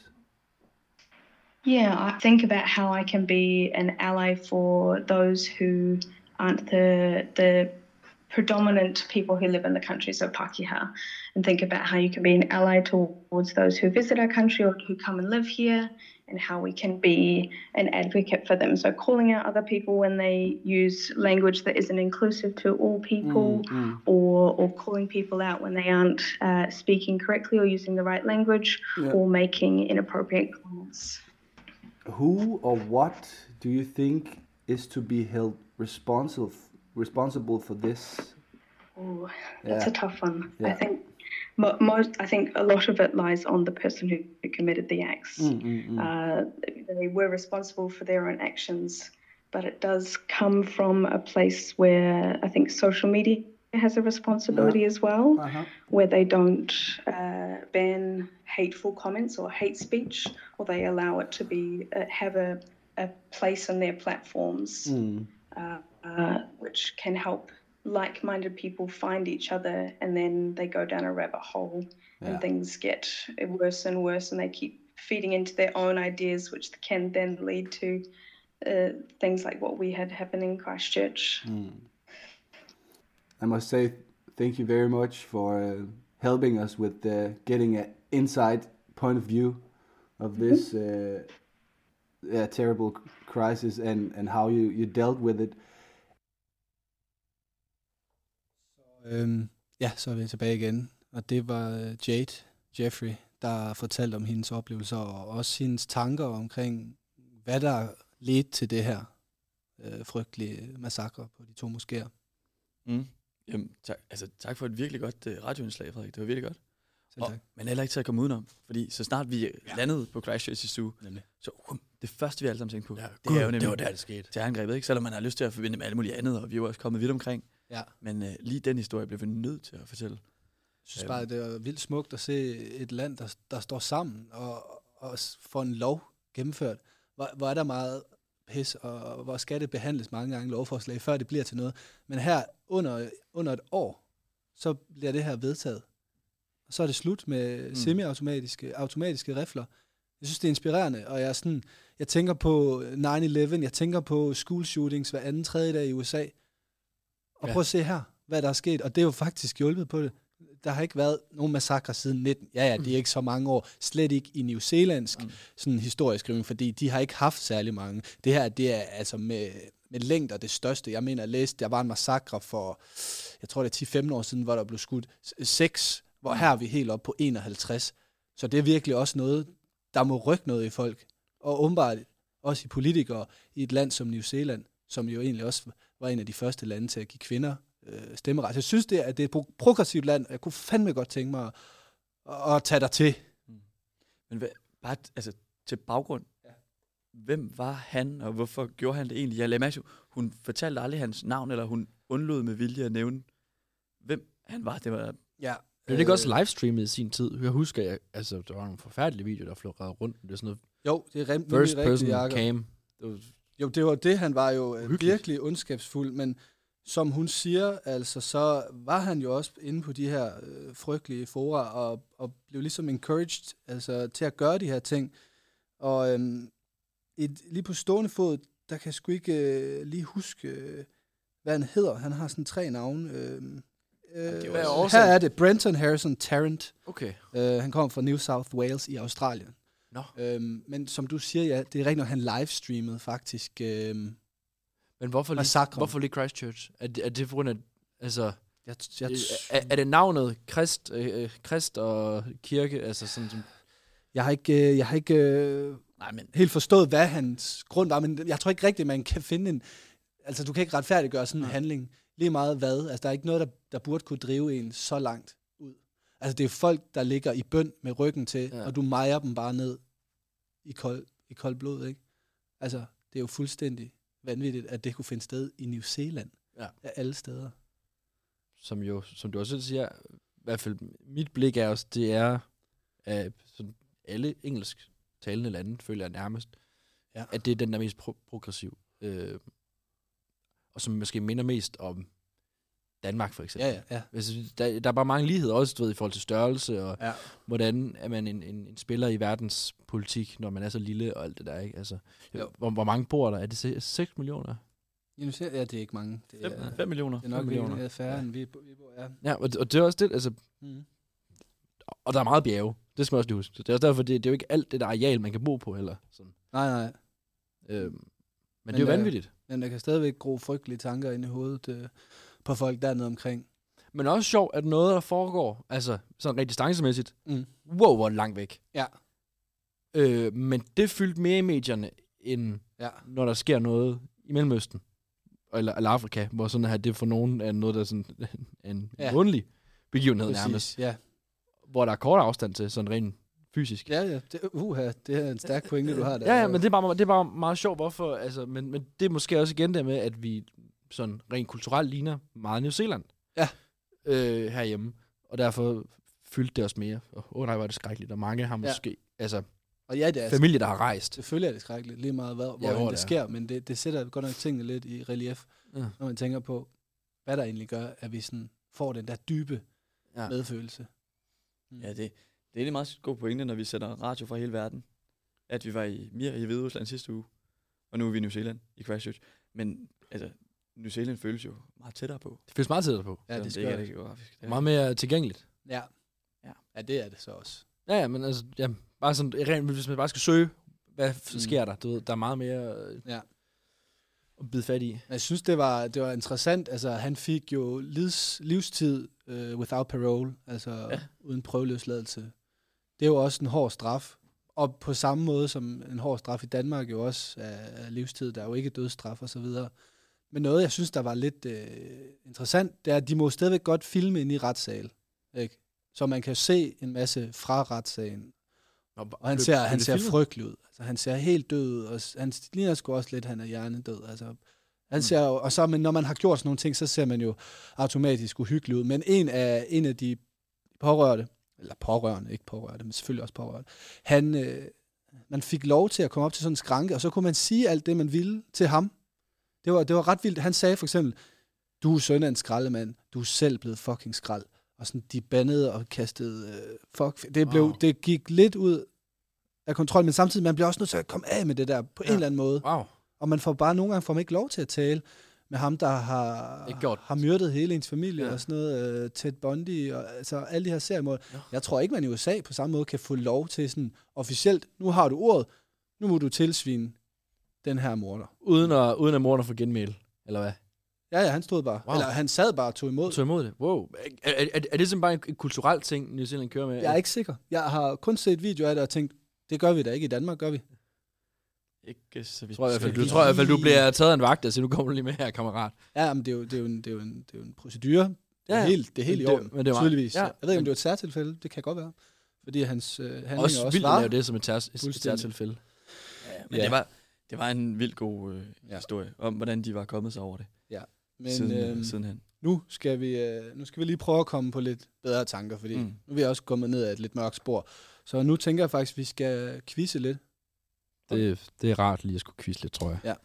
Yeah, I think about how I can be an ally for those who aren't the predominant people who live in the country, so Pākehā, and think about how you can be an ally towards those who visit our country or who come and live here, and how we can be an advocate for them. So calling out other people when they use language that isn't inclusive to all people, or calling people out when they aren't speaking correctly or using the right language, or making inappropriate comments. Who or what do you think is to be held responsible for this? Oh, that's a tough one. I think I think a lot of it lies on the person who committed the acts. They were responsible for their own actions, but it does come from a place where I think social media has a responsibility as well, where they don't ban hateful comments or hate speech, or they allow it to be have a place on their platforms, which can help like-minded people find each other, and then they go down a rabbit hole and things get worse and worse, and they keep feeding into their own ideas, which can then lead to things like what we had happen in Christchurch. I must say thank you very much for helping us with getting an inside point of view of this terrible crisis and how you dealt with it. Så er vi tilbage igen, og det var Jeffrey, der fortalte om hendes oplevelser, og også hendes tanker omkring, hvad der ledte til det her frygtelige massakre på de 2 moskéer. Jamen, tak for et virkelig godt radioindslag, Frederik. Det var virkelig godt. Tak. Men heller ikke til at komme udenom, fordi så snart vi landede på Christchurch i Zoo, så det første, vi alle sammen tænkte på, det er jo nemlig, det var der, det skete. Terrorangrebet, ikke? Selvom man har lyst til at forbinde med alt muligt andet, og vi er jo også kommet vidt omkring. Ja. Men lige den historie blev vi nødt til at fortælle. Jeg synes bare, det er vildt smukt at se et land, der står sammen og får en lov gennemført. Hvor er der meget pis, og hvor skal det behandles mange gange lovforslag, før det bliver til noget. Men her under et år, så bliver det her vedtaget. Og så er det slut med automatiske rifler. Jeg synes, det er inspirerende, og jeg tænker på 9/11, jeg tænker på school shootings hver anden, tredje dag i USA. Og prøv at se her, hvad der er sket, og det er jo faktisk hjulpet på det. Der har ikke været nogen massakre siden 19. Det er ikke så mange år. Slet ikke i newzealandsk sådan historieskrivning, fordi de har ikke haft særlig mange. Det her, det er altså med længder det største. Jeg mener, jeg læste, der var en massakre for, jeg tror det er 10-15 år siden, hvor der blev skudt 6, hvor her er vi helt op på 51. Så det er virkelig også noget, der må rykke noget i folk. Og åbenbart også i politikere i et land som New Zealand, som jo egentlig også var en af de første lande til at give kvinder stemmeret. Jeg synes, det er et progressivt land, og jeg kunne fandme godt tænke mig at tage dig til. Men bare til baggrund. Hvem var han, og hvorfor gjorde han det egentlig? Jeg lagde mærke til, hun fortalte aldrig hans navn, eller hun undlod med vilje at nævne, hvem han var. Det var... Ja. Det var ikke også livestreamet i sin tid. Jeg husker, der var nogle forfærdelige videoer, der fløj rundt. Det er sådan noget... Jo, det er first person cam. Jo, det var det. Han var jo virkelig ondskabsfuld, men som hun siger, altså, så var han jo også inde på de her frygtelige fora, og blev ligesom encouraged altså, til at gøre de her ting. Og lige på stående fod, der kan jeg sgu ikke lige huske, hvad han hedder. Han har sådan 3 navne. Her er det Brenton Harrison Tarrant. Okay. Han kommer fra New South Wales i Australien. No. Men som du siger, ja, det er rigtigt, han livestreamede faktisk. Men hvorfor lige Christchurch? Er det på grund af, altså... Er det navnet Krist og kirke? Altså sådan som... Jeg har ikke helt forstået, hvad hans grund var, men jeg tror ikke rigtigt, man kan finde en... Altså, du kan ikke retfærdiggøre sådan en handling. Lige meget hvad. Altså, der er ikke noget, der burde kunne drive en så langt ud. Altså, det er folk, der ligger i bøn med ryggen til, og du mejer dem bare ned i kold blod, ikke? Altså, det er jo fuldstændig vanvittigt, at det kunne finde sted i New Zealand. Ja. Af alle steder. Som du også selv siger, i hvert fald mit blik er også, det er sådan alle engelsk talende lande, føler jeg nærmest, at det er den, der er mest progressiv. Og som måske minder mest om Danmark, for eksempel. Ja. Der er bare mange ligheder også, du ved, i forhold til størrelse, og hvordan er man en spiller i verdenspolitik, når man er så lille, og alt det der, ikke? Altså, hvor mange bor der? Er det 6 millioner? Ja, det er ikke mange. Det er 5 millioner. Det er nok millioner. Færre, end vi bor, Ja, og det er også det, altså... Og der er meget bjerge. Det skal man også lige huske. Det er også derfor, det er jo ikke alt det der areal, man kan bo på heller. Sådan. Nej. Men det er jo vanvittigt. Men der kan stadigvæk gro frygtelige tanker ind i hovedet på folk dernede omkring. Men også sjovt, at noget, der foregår, altså sådan rent distancemæssigt, wow, hvor langt væk. Ja. Men det fyldte mere i medierne, end når der sker noget i Mellemøsten, eller Afrika, hvor sådan her, det for nogen er noget, der er sådan en undelig begivenhed nærmest. Ja. Hvor der er kort afstand til, sådan rent fysisk. Ja. Det er en stærk pointe, du har der. Ja, men det er bare meget sjovt, hvorfor, altså, men det er måske også igen der med, at vi sådan rent kulturelt ligner meget New Zealand. Ja. Herhjemme. Og derfor fyldte det også mere. Nej, hvor er det skrækkeligt. Og mange har måske, altså, og det er familie, der har rejst. Selvfølgelig er det skrækkeligt, lige meget hvor det sker, men det sætter godt nok tingene lidt i relief, når man tænker på, hvad der egentlig gør, at vi sådan får den der dybe medfølelse. Ja, det er egentlig meget god pointe, når vi sætter radio fra hele verden. At vi var i Hviderusland sidste uge, og nu er vi i New Zealand, i Christchurch. Men altså, New Zealand føles jo meget tættere på. Det føles meget tættere på. Ja, det er geografisk. Meget mere tilgængeligt. Ja, det er det så også. Ja, men altså, bare sådan, hvis man bare skal søge, hvad sker der? Du ved, der er meget mere at bide fat i. Jeg synes, det var interessant. Altså, han fik jo livstid without parole, altså uden prøveløsladelse. Det er jo også en hård straf. Og på samme måde som en hård straf i Danmark jo også er livstid. Der er jo ikke dødsstraf og så videre. Men noget, jeg synes, der var lidt interessant, det er, at de må stadigvæk godt filme ind i retssal. Ikke? Så man kan se en masse fra retssagen. Og han ser frygtelig ud. Altså, han ser helt død ud, og han ligner sgu også lidt, han er hjernedød. Altså, han ser, og så, men når man har gjort sådan nogle ting, så ser man jo automatisk uhyggelig ud. Men en af de pårørte, eller pårørende, ikke pårørte, men selvfølgelig også pårørte, man fik lov til at komme op til sådan en skranke, og så kunne man sige alt det, man ville til ham. Det var ret vildt. Han sagde for eksempel, du er søn af en skraldemand, du er selv blevet fucking skrald. Og sådan, de bandede og kastede det gik lidt ud af kontrol, men samtidig, man bliver også nødt til at komme af med det der på en eller anden måde. Wow. Og man får bare nogle gange ikke lov til at tale med ham, der har myrdet hele ens familie og sådan noget, Ted Bundy, og altså alle de her seriemål. Ja. Jeg tror ikke, man i USA på samme måde kan få lov til sådan officielt, nu har du ordet, nu må du tilsvine den her morder. Uden at morder får genmæle, eller hvad? Ja, han stod bare. Wow. Eller han sad bare og tog imod det. Wow. Er det simpelthen bare en kulturel ting, New Zealand kører med? Jeg er ikke sikker. Jeg har kun set video af det og tænkt, det gør vi da ikke i Danmark, gør vi? Ikke så vi. Du tror i hvert fald, du bliver taget af en vagt, så nu kommer du lige med her, kammerat. Ja, men det er jo en procedure. Det er helt i orden, men det tydeligvis. Ja. Jeg ved ikke, om det var et særtilfælde. Det kan godt være. Fordi hans handlinger også vildt at lave det som et særtilfælde. Ja, men det var en vildt god historie om, hvordan de var kommet sig over det. Ja. Men sidenhen. Nu skal vi lige prøve at komme på lidt bedre tanker, fordi nu er vi også kommet ned ad et lidt mørkt spor. Så nu tænker jeg faktisk, at vi skal quizze lidt. Det er rart lige at skulle quizze lidt, tror jeg. Ja.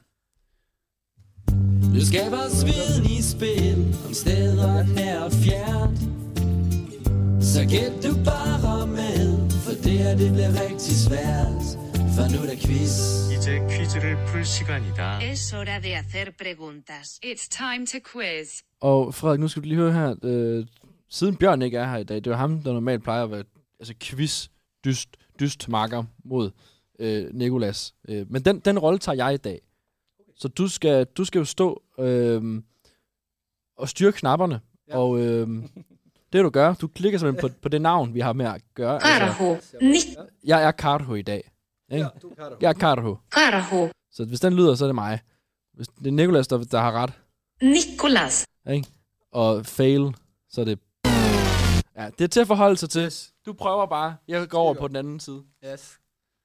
Nu skal vores viden i spil om steder nær og fjernt. Så gæt du bare med, for det her det bliver rigtig svært. For nu er der quiz. 이제 퀴즈를 풀 시간이다. Es hora de hacer preguntas. It's time to quiz. Og Frederik, nu skal du lige høre her. Siden Bjørn ikke er her i dag, det er ham, der normalt plejer at være quiz dyst marker mod Nicolas. Men den rolle tager jeg i dag. Så du skal jo stå og styre knapperne Ja. Og det du gør, du klikker simpelthen på det navn, vi har med at gøre. Karho. Jeg er Karho i dag. Ikke? Ja, du er Karho. Jeg er Karho. Karho. Så hvis den lyder, så er det mig. Hvis det er Nicolas, der har ret. Nicolas. Ikke? Og fail, så er det... Ja, det er til at forholde sig til. Yes. Du prøver bare. Jeg går over på den anden side. Yes.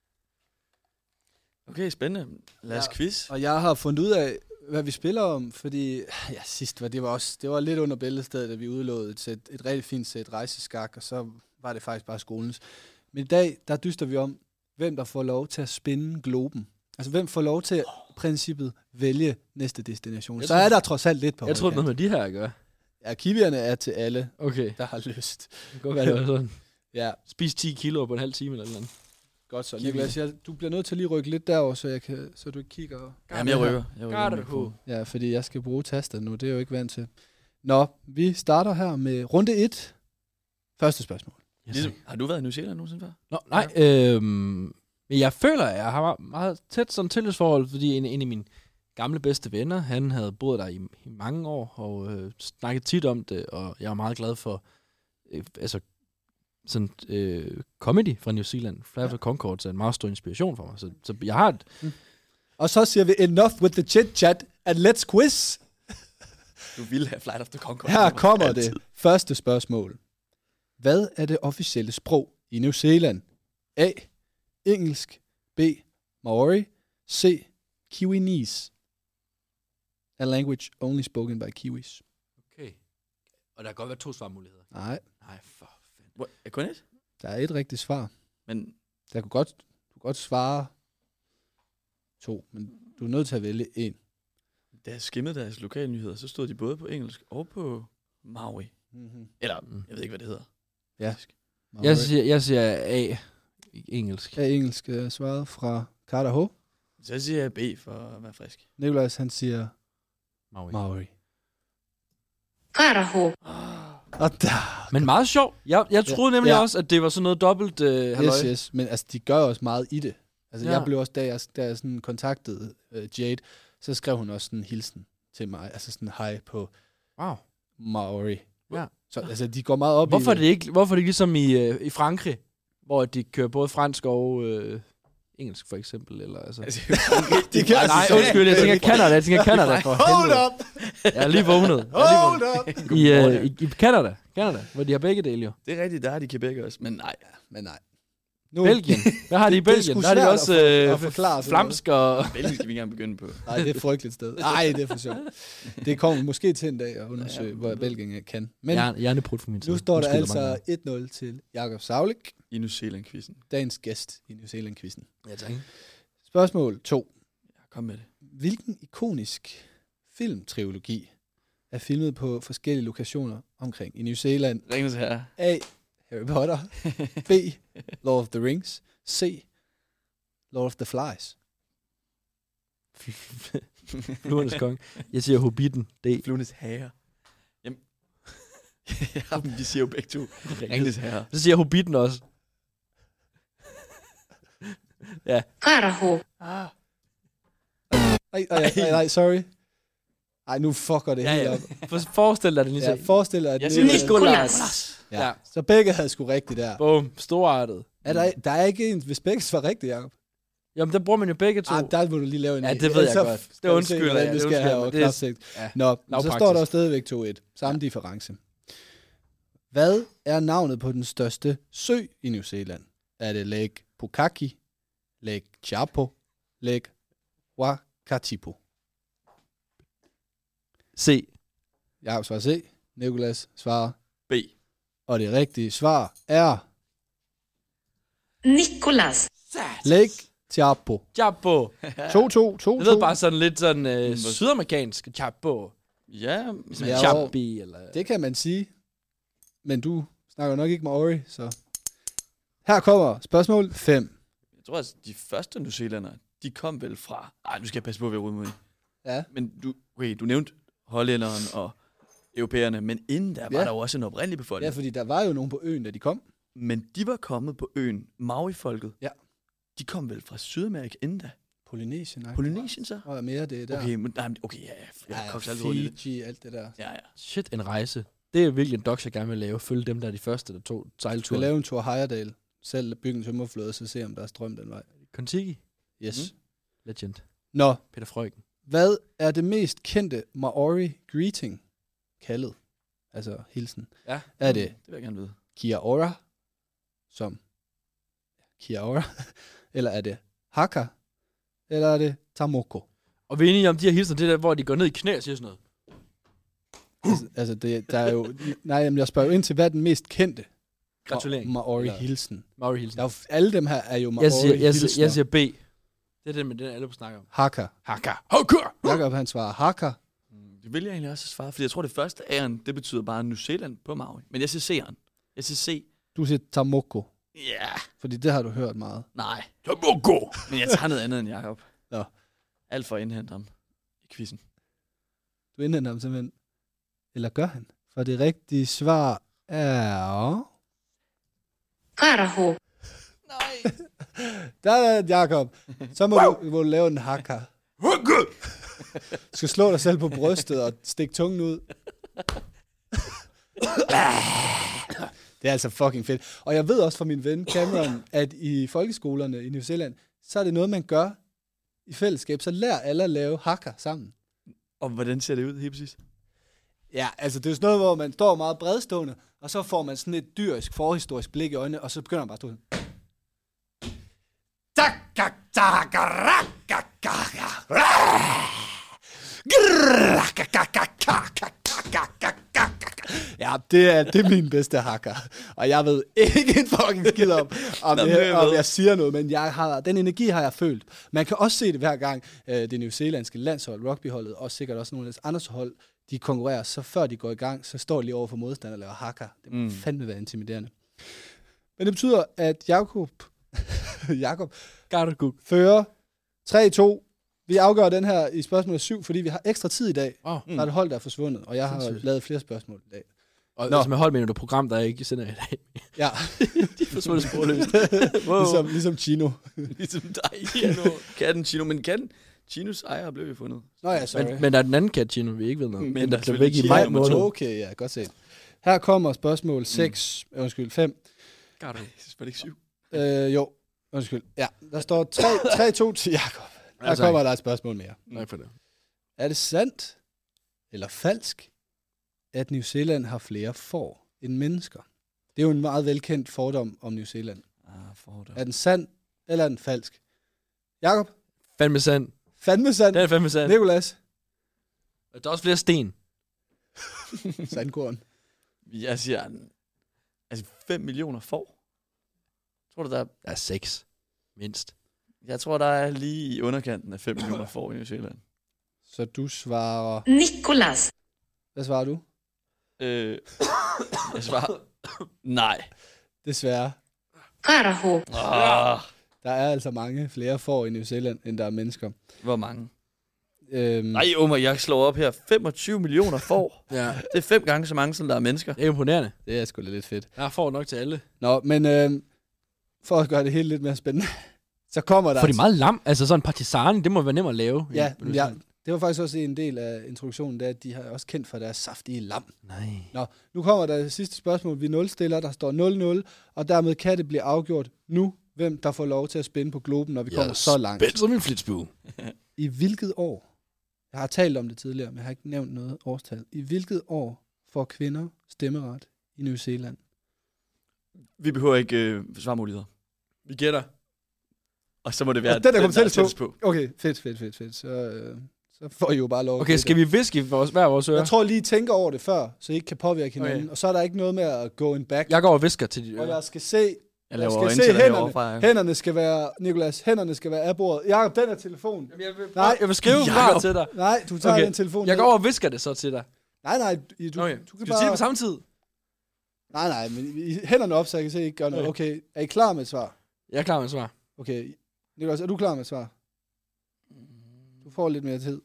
Okay, spændende. Lad os quiz. Og jeg har fundet ud af, hvad vi spiller om, fordi sidst det var lidt under bæltestedet, da vi udlåede et rigtig fint sæt rejseskak, og så var det faktisk bare skolens. Men i dag, der dyster vi om, hvem der får lov til at spinde globen. Altså, hvem får lov til at princippet vælge næste destination. Så er der trods alt lidt på Jeg tror, det er noget med de her at gøre. Ja, kiwierne er til alle, Okay. der har lyst. Det kan godt være, det var sådan. Ja, Spis 10 kilo på en halv time eller noget. godt så. Kiwi. Niklas, du bliver nødt til at lige rykke lidt derover, så du ikke kigger. Jamen, jeg rykker. Karho. Ja, fordi jeg skal bruge tastet nu. Det er jeg jo ikke vant til. Nå, vi starter her med runde 1. Første spørgsmål. Ligesom, har du været i New Zealand nogensinde før? Nå, nej. Men jeg føler, at jeg har meget tæt sådan tillidsforhold, fordi en af mine gamle bedste venner, han havde boet der i mange år, og snakket tit om det, og jeg er meget glad for comedy fra New Zealand. Flight of Conchords er en meget stor inspiration for mig, så jeg har et... Og så siger vi, enough with the chit-chat, and let's quiz. Du ville have Flight of the Conchords. Her kommer det første spørgsmål. Hvad er det officielle sprog i New Zealand? A. Engelsk. B. Maori. C. Kiwinese. A language only spoken by Kiwis. Okay. Og der kan godt være 2 svarmuligheder. Nej, Nej, for fanden. Er kun et? der er et rigtigt svar. Men Du kan godt svare 2, men du er nødt til at vælge 1. da jeg skimmede deres lokale nyheder, så stod de både på engelsk og på Maori. Mm-hmm. Eller, jeg ved ikke, hvad det hedder. Ja. Jeg siger A. Engelsk. Er engelsk svaret fra Carter H. Så jeg siger B for at være frisk. Nicolas, han siger Maori. Karho. Og der. Men meget sjovt. Jeg troede nemlig også, at det var sådan noget dobbelt halløj. Yes. Men altså, de gør også meget i det. Altså, Ja. jeg blev også, da jeg sådan kontaktede Jade, så skrev hun også sådan en hilsen til mig. Altså sådan hej på Wow. Maori. Ja. Så altså, de går meget op Hvorfor i er det ikke ligesom i Frankrig, hvor de kører både fransk og engelsk for eksempel, eller altså. De kan Nej, undskyld, jeg tænker Canada, for Hold helvede. up! Jeg er lige vågnet. Hold up! I Canada, hvor de har begge dele jo. Det er rigtigt, der har de Quebec også, men nej. Men nej. Nu, Belgien. Hvad har de i Det er Belgien? sgu Der har de svært også at forklare sådan flamsk og... Belgien skal vi ikke engang begynde på. Nej, det er et frygteligt sted. Nej, det er for sjovt. Det kommer måske til en dag at undersøge, hvor Belgien kan. Men Hjerneprut for min side. nu står der Undskylder altså 1-0 til Jakob Saulik, I New Zealand-quizzen. dagens gæst i New Zealand-quizzen. Ja, tak. Spørgsmål 2. Ja, kom med det. Hvilken ikonisk filmtrilogi er filmet på forskellige lokationer omkring i New Zealand? Ringens Herre. A. Harry Potter. B. Lord of the Rings. C. Lord of the Flies. Fluernes konge. Jeg siger Hobbiten. D. Fluernes Herre. Jamen. Jamen, vi siger jo begge to. Ringens Herre. Så siger jeg Hobbiten også. Ja. Karho. Nej, sorry. Ej, nu fucker det helt op. Forestil dig det lige så. Ja, forestil dig, at Jeg det siger Nicolas. Ja. Så begge havde sgu rigtigt der. Boom. Storartet. Der er ikke en, hvis begge var rigtigt, Jacob. Jamen, der bruger man jo begge to. Der må du lige lave en. Ja, det ved jeg godt. Det undskylder jeg. Det skal have over knapsigt. Ja. Nå, så lavpraktisk. står der stadigvæk 2-1. Samme difference. Hvad er navnet på den største sø i New Zealand? Er det Lake Pukaki, Lake Taupo, Lake Wakatipu? C. Jakob svarer C. Nicolas svarer B. Og det rigtige svar er Nicolas. Lake Taupo. Chapo. 2-2. Det lyder bare sådan lidt sådan sydamerikansk Chapo. Ja, men Ja, Chapi, eller... Det kan man sige. Men du snakker nok ikke Maori, så... Her kommer spørgsmål 5. jeg tror altså, de første New Zealandere, de kom vel fra... Ej, nu skal jeg passe på, hvad jeg ud. Ja. Men du nævnte hollænderen og europæerne, men inden der var der jo også en oprindelig befolkning. Ja, fordi der var jo nogen på øen, da de kom. Men de var kommet på øen, Maori-folket. Ja. De kom vel fra Sydamerika inden da? Polynesien. Nej. Polynesien så? Og mere det der. Okay, men, nej, okay, ja. Jeg kom selv ud i det. Fiji, alt det der. Ja. Shit, en rejse. Det er virkelig en dox, jeg gerne vil lave. Følge dem, der er de første, der tog Du skal sejlturen. lave en tur Heyerdahl. Selv bygge en tømmerflåde, så se om der er strøm den vej. Kontiki. Yes. Legend. Nå, Peter Freuchen. hvad er det mest kendte Maori greeting kaldet? Altså hilsen. Ja. Er det Det vil jeg gerne vide. Kia ora, som Kia ora, eller er det Haka, eller er det Tamoko? Og vi er enige om de her hilsner, det der, hvor de går ned i knæ og siger sådan noget. Altså, der er jo... Nej, men jeg spørger jo ind til, hvad er den mest kendte Gratulering. Maori-hilsen? Maori hilsen. Der er jo, alle dem her er jo Maori-hilsner. Jeg siger B. Det er det med den, alle på snakker om. Haka. Haka. Jakob, han svarer Haka. Det vil jeg egentlig også svare, fordi jeg tror, det første A'en, det betyder bare New Zealand på Maori. Men jeg siger C'eren. Jeg siger C. Du siger Tamoko. Ja. Yeah. Fordi det har du hørt meget. Nej. Tamoko. Men jeg tager noget andet end Jakob. Nå. Alt for at indhente ham i quizzen. Du indhenter ham simpelthen. Eller gør han? For det rigtige svar er... Karaho. Nej. Der er Jakob. Så må du lave en Haka. Du skal slå dig selv på brystet og stikke tungen ud. Det er altså fucking fedt. Og jeg ved også fra min ven Cameron, at i folkeskolerne i New Zealand, så er det noget, man gør i fællesskab. Så lærer alle at lave Haka sammen. Og hvordan ser det ud helt præcis? Ja, altså det er sådan noget, hvor man står meget bredstående, og så får man sådan et dyrisk, forhistorisk blik i øjnene, og så begynder man bare at stå sådan. Ja, det er min bedste hacker. Og jeg ved ikke en fucking skid om jeg siger noget, men den energi har jeg følt. Man kan også se det hver gang, det newzealandske landshold, rugbyholdet, og sikkert også nogle af deres andre hold, de konkurrerer, så før de går i gang, så står de lige over for modstander og laver hacker. Det må fandme være intimiderende. Men det betyder, at Jakob fører 3-2. Vi afgør den her i spørgsmål 7, fordi vi har ekstra tid i dag. Der er et hold, der er forsvundet, og jeg har lavet flere spørgsmål i dag. Og altså med hold mener du program, der ikke sender i dag. Ja. De er forsvundet sporløst. Ligesom Chino. Ligesom dig, Chino. Katten Chino, men Chinos ejer blev jo fundet. Nå ja, sorry. Men der er den anden kat, Chino, vi ikke ved noget. Men der er væk i maj måned. Okay, ja, godt set. Her kommer spørgsmål 5. Gør det. Var det ikke 7? Jo, undskyld. Ja, der står 3-2 til Jakob. Her kommer der et spørgsmål mere. Nej for det. Er det sandt eller falsk, at New Zealand har flere får end mennesker? Det er jo en meget velkendt fordom om New Zealand. Fordom. Er den sand eller er den falsk? Jakob? Fandme sand. Fandme sand. Det er fandme sand. Nikolas? Der er også flere sten. Sandkorn. Jeg siger, 5 millioner får. Tror du, der er 6. Mindst. Jeg tror, der er lige i underkanten af 5 millioner får i New Zealand. Så du svarer... Nicolas. Hvad svarer du? Jeg svarer... Nej. Desværre. Karaho. Der er altså mange flere får i New Zealand, end der er mennesker. Hvor mange? Nej, jeg slår op her. 25 millioner får. Ja. Det er 5 gange så mange, som der er mennesker. Det er imponerende. Det er sgu lidt fedt. Jeg får nok til alle. Nå, men for at gøre det hele lidt mere spændende, så kommer der... For det er meget lam. Altså sådan en partisani, det må være nemt at lave. Ja, det var faktisk også en del af introduktionen, det er, at de har også kendt for deres saftige lam. Nej. Nå, nu kommer der det sidste spørgsmål. Vi nulstiller, der står 0-0, og dermed kan det blive afgjort nu, hvem der får lov til at spænde på globen, når vi kommer så langt. Spændt som en flitsbue. I hvilket år, jeg har talt om det tidligere, men jeg har ikke nævnt noget årstal. I hvilket år får kvinder stemmeret i New Zealand? Vi behøver ikke svarmuligheder. Vi gætter. Og så må det være den, der kommer tættest på. Okay, fedt. Så får I jo bare lov. Okay, skal vi viske hver vores øre? Jeg tror lige, I tænker over det før, så I ikke kan påvirke hinanden. Okay. Og så er der ikke noget med at gå in back. Jeg går og visker til de øre. Og jeg skal se... hænderne. Hænderne skal være... Nicolas, hænderne skal være af bordet. Jakob, den er telefon. Jeg vil skrive svar til dig. Nej, du tager den telefon. Jeg går over og visker det så til dig. Nej, du kan bare... Skal vi sige det på samme tid? Nej, men hænderne op, så jeg kan se, at I ikke gør noget. Okay, er I klar med et svar? Jeg er klar med et svar. Okay, Nicolas, er du klar med et svar? Du får lidt mere tid.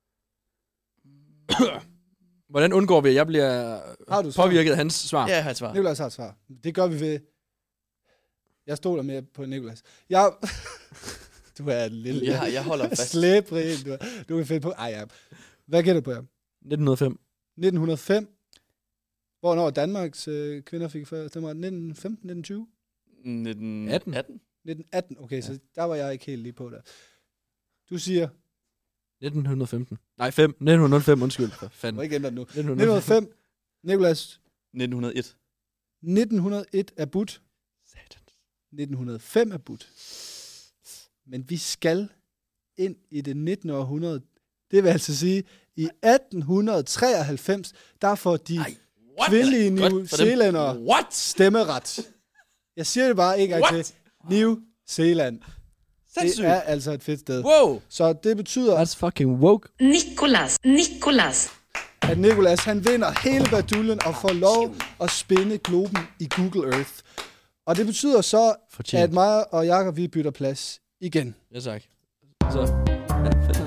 Hvordan undgår vi, at jeg bliver påvirket af hans svar? Ja, jeg har et svar. Nicolas har et svar. Det gør vi ved... Jeg stoler mere på Nicolas. Du er en lille... Jeg holder fast. Slæbrig. Du kan finde på... Ej, ja. Hvad gætter du på jer? 1905. 1905. Hvornår Danmarks kvinder fik stemmer? 1915, 1920? 1918. 1918, okay, så der var jeg ikke helt lige på der. Du siger... 1915. Nej, 1905, undskyld. Hvad fanden? Må ikke ændre det nu. 1905. Nicolas. 1901. 1901 er budt. 1905 er budt. Men vi skal ind i det 19. århundrede. Det vil altså sige, i 1893, der får de kvindelige New Zealandere stemmeret. Jeg siger det bare ikke til. New Zealand. Det er altså et fedt sted. Wow. Så det betyder... That's fucking woke. Nicolas. At Nicolas, han vinder hele baduljen og får lov at spinde globen i Google Earth. Og det betyder så, at mig og Jakob, vi bytter plads igen. Ja, tak. Så. Ja, fedt.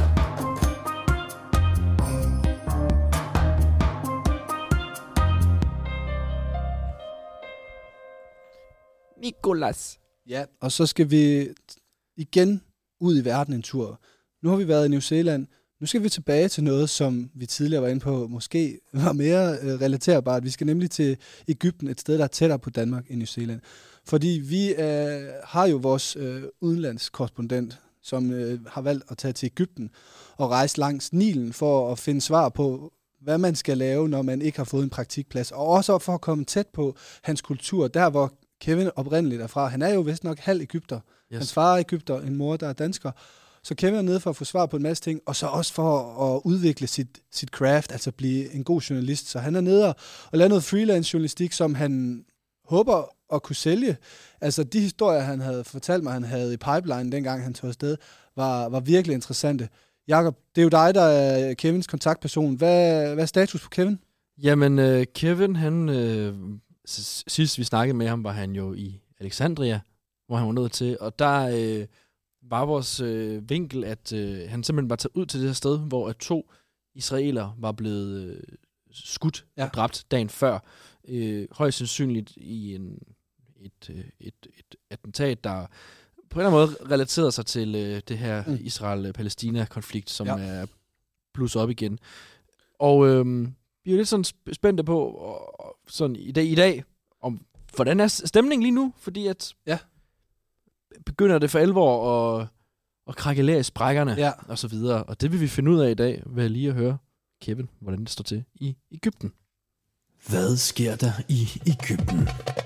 Nicolas. Ja, og så skal vi igen ud i verden en tur. Nu har vi været i New Zealand. Nu skal vi tilbage til noget, som vi tidligere var inde på, måske var mere relaterbart. Vi skal nemlig til Egypten, et sted, der er tættere på Danmark end New Zealand. Fordi vi har jo vores udenlandskorrespondent, som har valgt at tage til Egypten og rejse langs Nilen for at finde svar på, hvad man skal lave, når man ikke har fået en praktikplads. Og også for at komme tæt på hans kultur, der hvor Kevin oprindeligt er fra. Han er jo vist nok halv egypter. Yes. Hans far er egypter, en mor, der er dansker. Så Kevin er nede for at få svar på en masse ting, og så også for at udvikle sit craft, altså blive en god journalist. Så han er nede og laver noget freelance journalistik, som han håber at kunne sælge. Altså de historier, han havde fortalt mig, han havde i pipeline, dengang han tog afsted, var virkelig interessante. Jakob, det er jo dig, der er Kevins kontaktperson. Hvad er status på Kevin? Jamen, Kevin, han... sidst vi snakkede med ham, var han jo i Alexandria, hvor han var nødt til, og der var vores vinkel, at han simpelthen var taget ud til det her sted, hvor 2 israelere var blevet skudt og dræbt dagen før. Højst sandsynligt i et attentat, der på en eller anden måde relaterede sig til det her Israel-Palæstina-konflikt, som er blusset op igen. Og vi er lidt sådan spændte på sådan i dag om, hvordan er stemningen lige nu? Fordi at begynder det for alvor at krakelere i sprækkerne og så videre. Og det vil vi finde ud af i dag, ved lige at høre Kevin, hvordan det står til i Egypten. Hvad sker der i Egypten?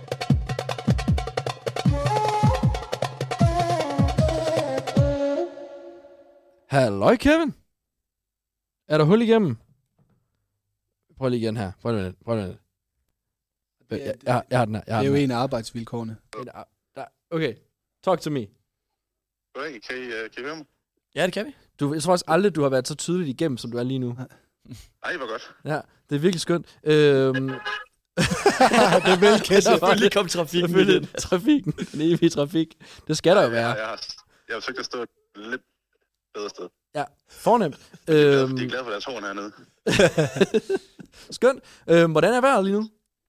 Halløj, Kevin. Er der hul igennem? Prøv lige igen her. Prøv lige. Jeg har den her. Det er jo en af arbejdsvilkårene. Okay, talk to me. Okay, kan I høre mig? Ja, det kan vi. Jeg tror også aldrig, du har været så tydeligt igennem, som du er lige nu. Ej, hvor godt. Ja, det er virkelig skønt. Det er vel kæsse. Selvfølgelig kom trafikken i den. Trafikken, den evige trafik. Det skal der jo være. Jeg har forsøgt at stå et lidt bedre sted. Ja, fornemt. De er glade for deres horn hernede. Skønt. Hvordan er vejret lige nu?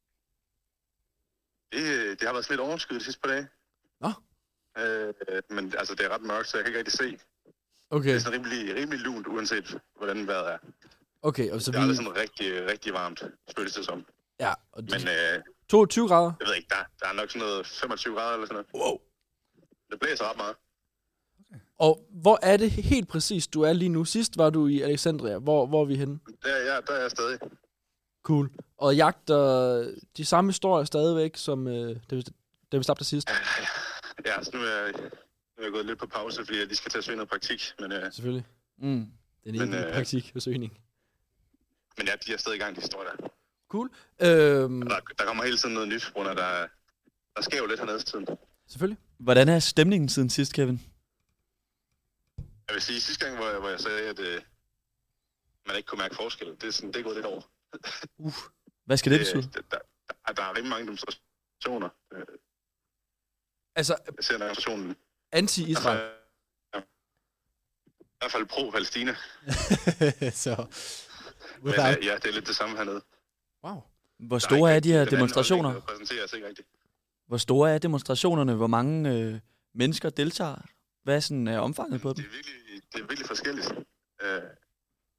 Det har været lidt overskyet de sidste par dage. Nå. Men altså, det er ret mørkt, så jeg kan ikke rigtig se. Okay. Det er sådan rimelig lunt, uanset hvordan vejret er. Okay, og så det er aldrig sådan rigtig varmt spøgelsessæson. Ja, og men 22 grader? Jeg ved ikke, der er nok sådan noget 25 grader eller sådan noget. Wow. Det blæser ret meget. Okay. Og hvor er det helt præcis, du er lige nu? Sidst var du i Alexandria. Hvor er vi henne? Der er jeg stadig. Cool. Og jagter de samme historier stadigvæk, som det vi slap der sidst? Ja, så nu er jeg gået lidt på pause, fordi jeg lige skal til at søge noget praktik. Men, selvfølgelig. Den ene praktikforsøgning. Men ja, de er stadig i gang, de historier der. Cool. Der kommer hele tiden noget nyt, på grund af, der sker jo lidt hernede til tiden. Selvfølgelig. Hvordan er stemningen siden sidst, Kevin? Jeg vil sige, sidste gang, hvor jeg sagde, at man ikke kunne mærke forskel, det er gået lidt over. Hvad skal det betyde? Der er rimelig mange demonstrationer. Altså, jeg ser demonstrationen. Anti-Israel? I hvert fald pro-Palæstina. Så... Men ja, det er lidt det samme hernede. Wow. Hvor store er de her demonstrationer? Det præsenteres ikke rigtigt. Hvor store er demonstrationerne? Hvor mange mennesker deltager? Hvad er sådan omfanget på dem? Det er virkelig forskelligt.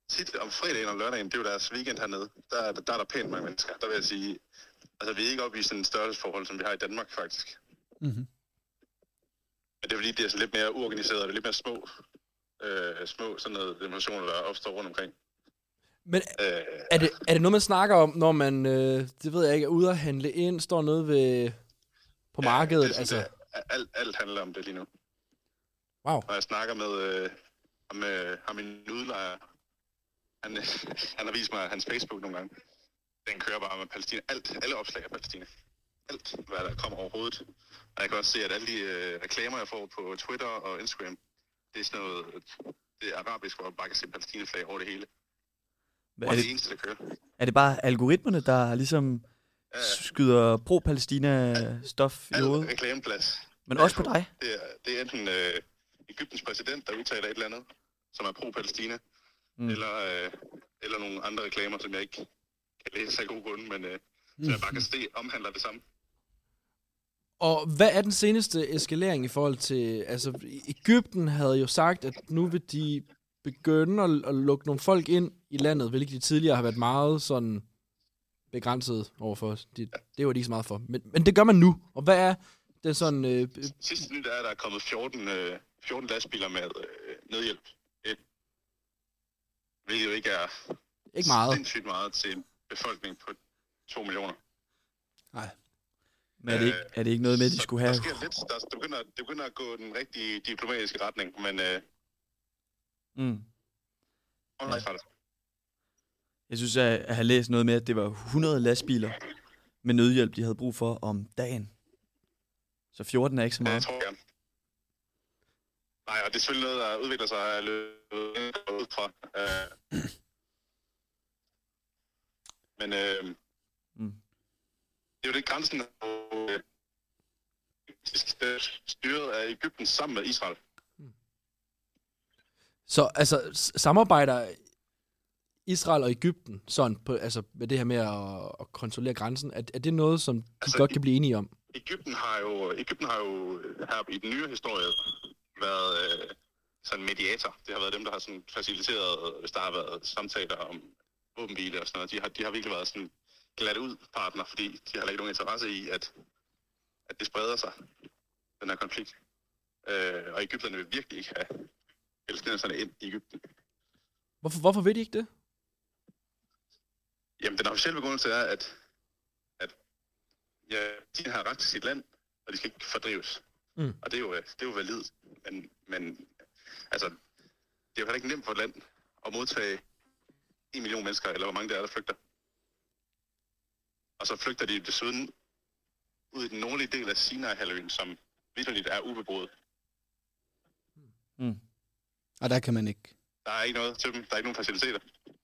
tit om fredagen og lørdagen, det er jo deres weekend hernede. Der er der pænt mange mennesker. Der vil jeg sige, altså vi er ikke oppe i sådan en størrelsesforhold, som vi har i Danmark faktisk. Mm-hmm. Men det er fordi, det er sådan lidt mere uorganiseret, og det er lidt mere små sådan noget demonstrationer, der opstår rundt omkring. Men er det noget, man snakker om, når man, det ved jeg ikke, er ude at handle ind, står nede på markedet? Det, altså. Alt handler om det lige nu. Wow. Når jeg snakker med ham en udlejer, han har vist mig hans Facebook nogle gange. Den kører bare med Palæstina. Alle opslag af Palæstina. Alt, hvad der kommer overhovedet. Og jeg kan også se, at alle de reklamer, jeg får på Twitter og Instagram, det er sådan noget, det er arabisk, hvor jeg bare kan se Palæstina-flag over det hele. Hvad og det eneste, der kører. Er det bare algoritmerne, der ligesom skyder pro-Palæstina-stof i hovedet? Reklameplads. Men også på dig? Det er enten Egyptens præsident, der udtaler et eller andet, som er pro-Palæstina, eller nogle andre reklamer, som jeg ikke kan læse af god grund, men så jeg bare kan se, omhandler det samme. Og hvad er den seneste eskalering i forhold til... Altså, Egypten havde jo sagt, at nu vil de begynde at lukke nogle folk ind i landet, hvilket de tidligere har været meget sådan begrænset overfor. Det var de ikke så meget for. Men det gør man nu. Og hvad er det sådan... Sidste nyt er, at der er kommet 14 lastbiler med nødhjælp. Hvilket jo ikke er sindssygt meget til en befolkning på 2 millioner. Nej. Men er det ikke noget med, at de skulle have... Der sker lidt. Det begynder at gå den rigtige diplomatiske retning, men... Jeg synes, at jeg har læst noget med, at det var 100 lastbiler med nødhjælp, de havde brug for om dagen. Så 14 er ikke så meget. Det tror jeg. Nej, og det er selvfølgelig noget, der udvikler sig af løbet ud fra. Men det er jo det grænsen, styret af Egypten sammen med Israel. Så altså, samarbejder Israel og Egypten sådan på, altså med det her med at kontrollere grænsen, er det noget, som de godt kan blive enige om? Egypten har jo her i den nye historie været sådan mediator. Det har været dem, der har sådan faciliteret, hvis der har været samtaler om våbenhvile og sådan noget. De har virkelig været sådan glatte ud partner, fordi de har ikke nogen interesse i, at det spreder sig, den her konflikt. Og Egypterne vil virkelig ikke have palæstinenserne ind i Egypten. Hvorfor vil de ikke det? Jamen, den officielle begrundelse er, at de har ret til sit land, og de skal ikke fordrives. Og det er jo validt. Men altså, det er jo heller ikke nemt for et land at modtage 1 million mennesker, eller hvor mange der flygter. Og så flygter de desuden ud i den nordlige del af Sinai-halvøen, som vitterligt er ubeboet. Og der kan man ikke. Der er ikke noget til dem. Der er ikke nogen faciliteter.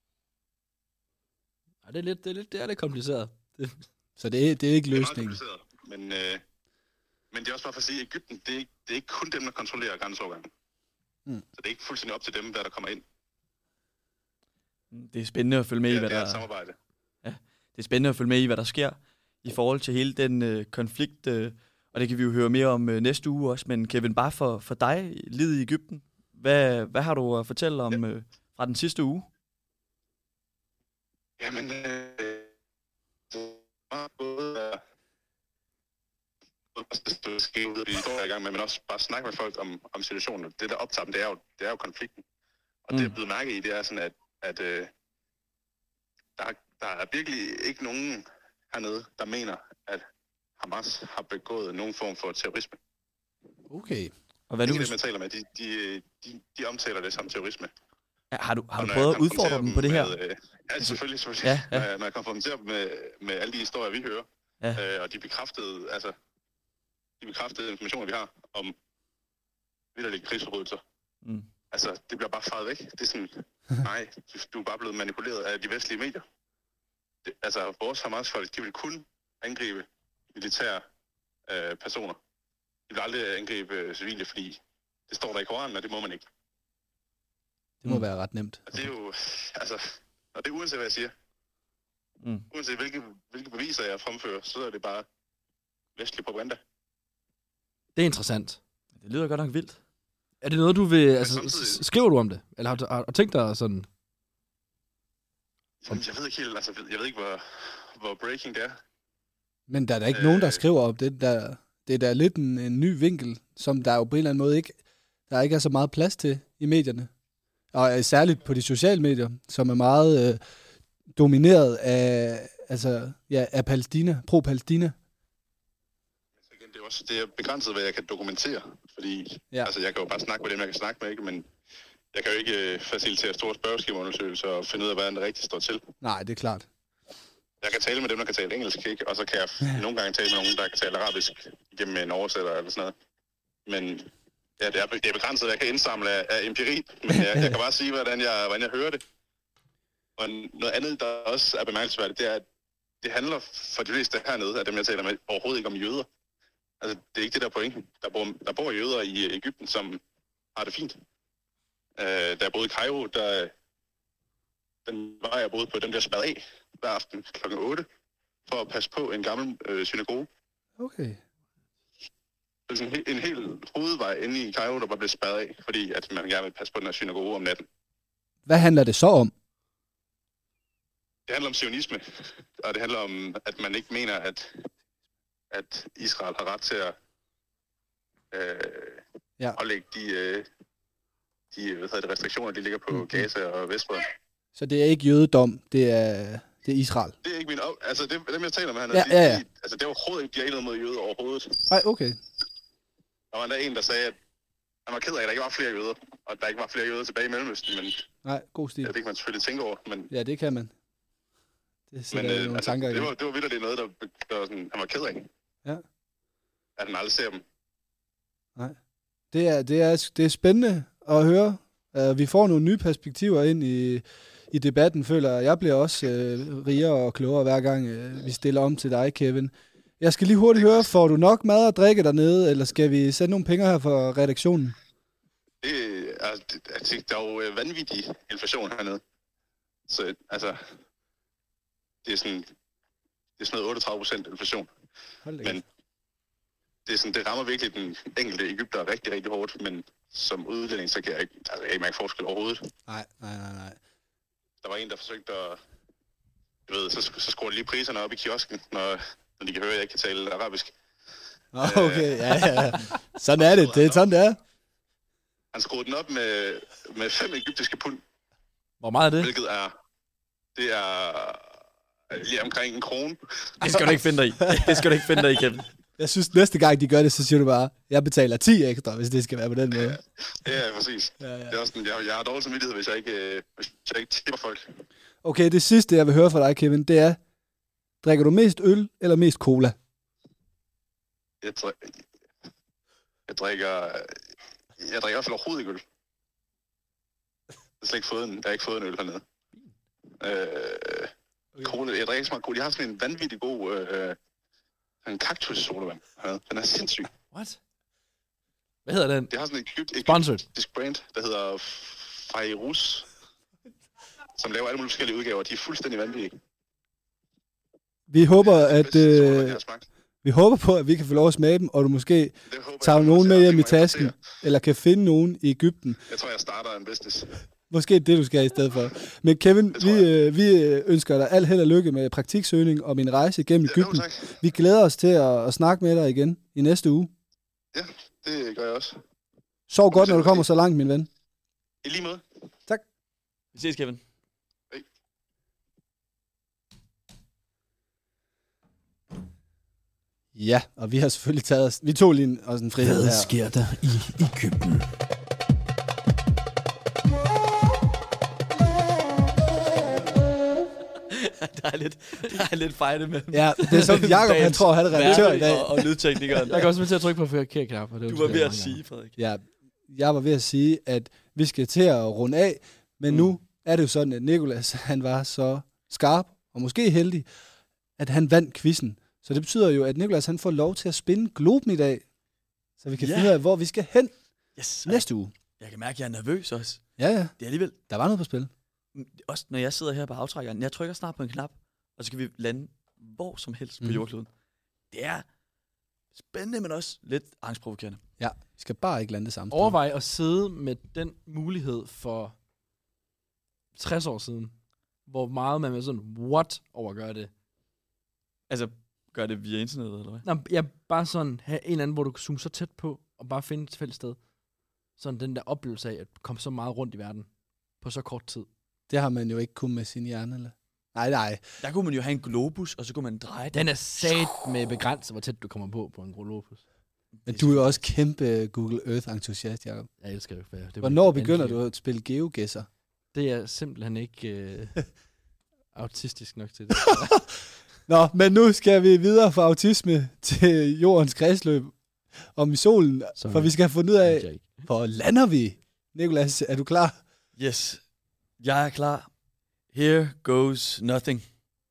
Ja, det er lidt kompliceret. Så det er ikke løsningen. Det er meget kompliceret. Men det er også bare for at sige, at Egypten, det er ikke kun dem, der kontrollerer grænseovergangen. Så det er ikke fuldstændig op til dem, hvad der kommer ind. Det er spændende at følge med i, hvad der... Det er et samarbejde. Ja, det er spændende at følge med i, hvad der sker i forhold til hele den konflikt. Og det kan vi jo høre mere om næste uge også. Men Kevin, bare for dig, livet i Egypten. Hvad har du at fortælle om fra den sidste uge? Jamen, både i gang med, men også bare snakke med folk om situationen. Det, der optager dem, det er jo konflikten. Og det, jeg er blevet mærke i, det er sådan, at der er virkelig ikke nogen hernede, der mener, at Hamas har begået nogen form for terrorisme. Okay. Og hvad det, man taler med, de omtaler det som terrorisme. Ja, har du prøvet at udfordre dem på det her? Ja, selvfølgelig. Ja. Når jeg konfronterer dem med alle de historier, vi hører, og de bekræftede informationer, vi har om vitterlige krigsforbrydelser. Altså, det bliver bare faret væk. Det er sådan, nej, du er bare blevet manipuleret af de vestlige medier. Vores Hamas-folk, de vil kun angribe militære personer. De vil aldrig angribe civile, fordi det står der i Koranen, og det må man ikke. Det må være ret nemt. Og det er jo, og det er uanset hvad jeg siger. Uanset hvilke beviser jeg fremfører, så er det bare vestlig propaganda. Det er interessant. Det lyder godt nok vildt. Er det noget, du vil... Altså, skriver du om det? Eller har du tænkt dig sådan... Jeg ved ikke helt, altså, jeg ved ikke, hvor breaking det er. Men der er da ikke nogen, der skriver om det. Det er da lidt en ny vinkel, som der jo på en eller anden måde ikke er så meget plads til i medierne. Og særligt på de sociale medier, som er meget domineret af Palæstina, pro-Palæstina. Det er begrænset, hvad jeg kan dokumentere, fordi altså, jeg kan jo bare snakke med dem, jeg kan snakke med, ikke? Men jeg kan jo ikke facilitere store spørgeskemaundersøgelser og finde ud af, hvordan det rigtigt står til. Nej, det er klart. Jeg kan tale med dem, der kan tale engelsk, ikke? Og så kan jeg nogle gange tale med nogen, der kan tale arabisk igennem en oversætter eller sådan noget. Men ja, det er begrænset, hvad jeg kan indsamle af empiri, men jeg kan bare sige, hvordan jeg hører det. Og noget andet, der også er bemærkelsesværdigt, det er, at det handler for de fleste hernede, af dem, jeg taler med, overhovedet ikke om jøder. Altså, det er ikke det, der er pointen. Der bor jøder i Egypten, som har det fint. Da jeg boede i Kairo, den var jeg boede på, den bliver spadet af hver aften kl. 8, for at passe på en gammel synagoge. Okay. Det er sådan en hel hovedvej inde i Kairo, der bare blev spadet af, fordi at man gerne vil passe på den her synagoge om natten. Hvad handler det så om? Det handler om zionisme, og det handler om, at man ikke mener, at Israel har ret til at pålægge de restriktioner, de ligger på Gaza og Vestbredden. Så det er ikke jødedom, det er Israel? Det er ikke min altså dem jeg taler med, altså det er overhovedet ikke, de er ikke noget mod jøder overhovedet. Nej, okay. Der var en, der sagde, at han var ked af, at der ikke var flere jøder, og der ikke var flere jøder tilbage i Mellemøsten, men nej, god stil. Det kan man selvfølgelig tænke over, men ja, det kan man. Det sætter nogle tanker i. Det var virkelig noget, der var sådan, han var ked af. Ja. At han aldrig ser dem. Nej. Det er spændende at høre. Vi får nogle nye perspektiver ind i debatten, føler jeg. Jeg bliver også rigere og klogere hver gang vi stiller om til dig, Kevin. Jeg skal lige hurtigt høre, får du nok mad og drikke dernede, eller skal vi sende nogle penge her for redaktionen? Der er jo vanvittig inflation hernede. Så altså, det er sådan noget 38% inflation. Men det rammer virkelig den enkelte egypter rigtig, rigtig hårdt, men som udlænding, så kan jeg ikke mærke forskel overhovedet. Nej. Der var en, der forsøgte at, så skruer de lige priserne op i kiosken, når de kan høre, at jeg ikke kan tale arabisk. Okay, ja. Sådan er det. Det er sådan, det er. Han skruede den op med 5 egyptiske pund. Hvor meget er det? Hvilket det er lige omkring 1 krone. Det skal du ikke finde dig i. Det skal du ikke finde dig i, Kevin. Jeg synes, næste gang de gør det, så siger du bare, jeg betaler 10 ekstra, hvis det skal være på den måde. Ja, præcis. Ja. Det er også sådan, jeg har dårlig samvittighed, hvis jeg ikke tipper folk. Okay, det sidste, jeg vil høre fra dig, Kevin, det er, drikker du mest øl eller mest cola? Jeg drikker i hvert fald overhovedet ikke øl. Jeg har ikke fået en øl hernede. Cola, jeg drikker ikke så meget cola. Jeg har sådan en vanvittig god en kaktus-sodavand. Den er sindssyg. What? Hvad hedder den? Det har sådan et egyptisk brand, der hedder Fairuz, som laver alle mulige forskellige udgaver. De er fuldstændig vanvittige. Vi håber på, at vi kan få lov at smage dem, og du måske tager nogen med hjem i tasken, eller kan finde nogen i Egypten. Jeg tror, jeg starter en business. Måske det, du skal i stedet for. Men Kevin, vi ønsker dig alt held og lykke med praktiksøgning og min rejse igennem Egypten. Vi glæder os til at snakke med dig igen i næste uge. Ja, det gør jeg også. Sov godt, når du kommer så langt, min ven. I lige måde. Tak. Vi ses, Kevin. Hej. Ja, og vi har selvfølgelig vi tog lige også en frihed her. Hvad sker der i Egypten? Der er lidt fejde med. Ja, det er sådan, Jacob, han tror, han er redaktør i dag. Og lydteknikeren. Jeg kan også med til at trykke på forkert knap. Du var ved at sige, Frederik. Ja, jeg var ved at sige, at vi skal til at runde af, men nu er det jo sådan, at Nicolas, han var så skarp, og måske heldig, at han vandt quizzen. Så det betyder jo, at Nicolas, han får lov til at spinde globen i dag, så vi kan finde ud af, hvor vi skal hen næste uge. Jeg kan mærke, at jeg er nervøs også. Ja. Det er alligevel. Der var noget på spil. Også når jeg sidder her på aftrækkeren, jeg trykker snart på en knap, og så skal vi lande hvor som helst på jordkloden. Det er spændende, men også lidt angstprovokerende. Ja, vi skal bare ikke lande det samme. Overvej at sidde med den mulighed for 60 år siden, hvor meget man er sådan, what over at gøre det. Altså, gør det via internettet, eller hvad? Nå, jeg bare sådan have en eller anden, hvor du kan zoome så tæt på, og bare finde et tilfældigt sted. Sådan den der oplevelse af, at komme så meget rundt i verden på så kort tid. Det har man jo ikke kun med sin hjerne, eller? Nej. Der kunne man jo have en globus, og så kunne man dreje den. Den er sat med begrænset, hvor tæt du kommer på en globus. Men du er jo også kæmpe Google Earth-entusiast, Jacob. Jeg elsker det. Hvornår begynder du at spille GeoGuessr? Det er simpelthen ikke autistisk nok til det. Nå, men nu skal vi videre fra autisme til jordens kredsløb om i solen. For vi skal have fundet ud af, hvor lander vi? Nicolas, er du klar? Yes, jeg er klar. Here goes nothing.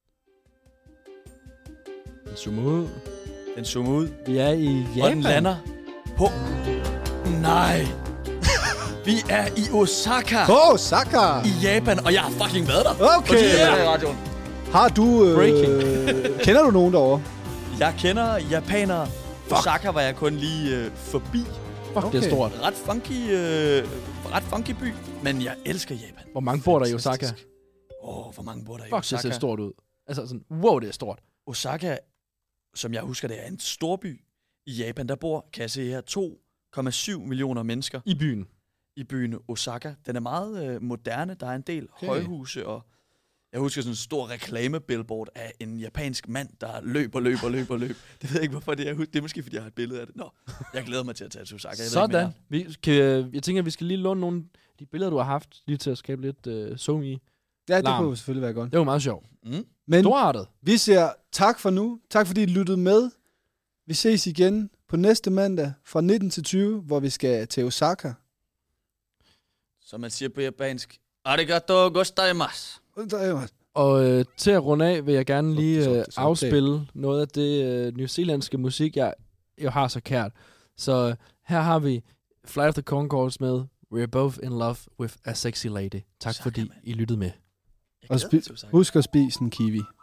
Den zoomer ud. Vi er i Japan. Og den lander på... Nej. Vi er i Osaka. Osaka! I Japan, og jeg har fucking været der. Okay. Har du... kender du nogen derovre? Jeg kender japanere. Osaka var jeg kun lige forbi. Fuck, det er stort. Ret funky by, men jeg elsker Japan. Hvor mange bor der i Osaka? Hvor mange bor der i Osaka? Osaka? Det ser stort ud. Altså sådan, wow, det er stort. Osaka, som jeg husker, det er en storby i Japan. Der bor, kan jeg se her, 2,7 millioner mennesker. I byen Osaka. Den er meget moderne. Der er en del højhuse, og jeg husker sådan en stor reklamebillboard af en japansk mand, der løber. Det ved jeg ikke, hvorfor det er. Det er måske, fordi jeg har et billede af det. Nå, jeg glæder mig til at tage til Osaka. Sådan. Jeg tænker, at vi skal lige låne nogle af de billeder, du har haft, lige til at skabe lidt zoom i. Ja, det kunne selvfølgelig være godt. Det var meget sjovt. Men storartet. Vi siger tak for nu. Tak fordi I lyttede med. Vi ses igen på næste mandag fra 19 til 20, hvor vi skal til Osaka. Som man siger på japansk. Arigato gozaimasu. Og til at runde af vil jeg gerne lige afspille noget af det newzealandske musik, jeg har så kært. Så her har vi Flight of the Conchords med We're Both in Love with a Sexy Lady. Tak fordi I lyttede med. Og husk at spise en kiwi.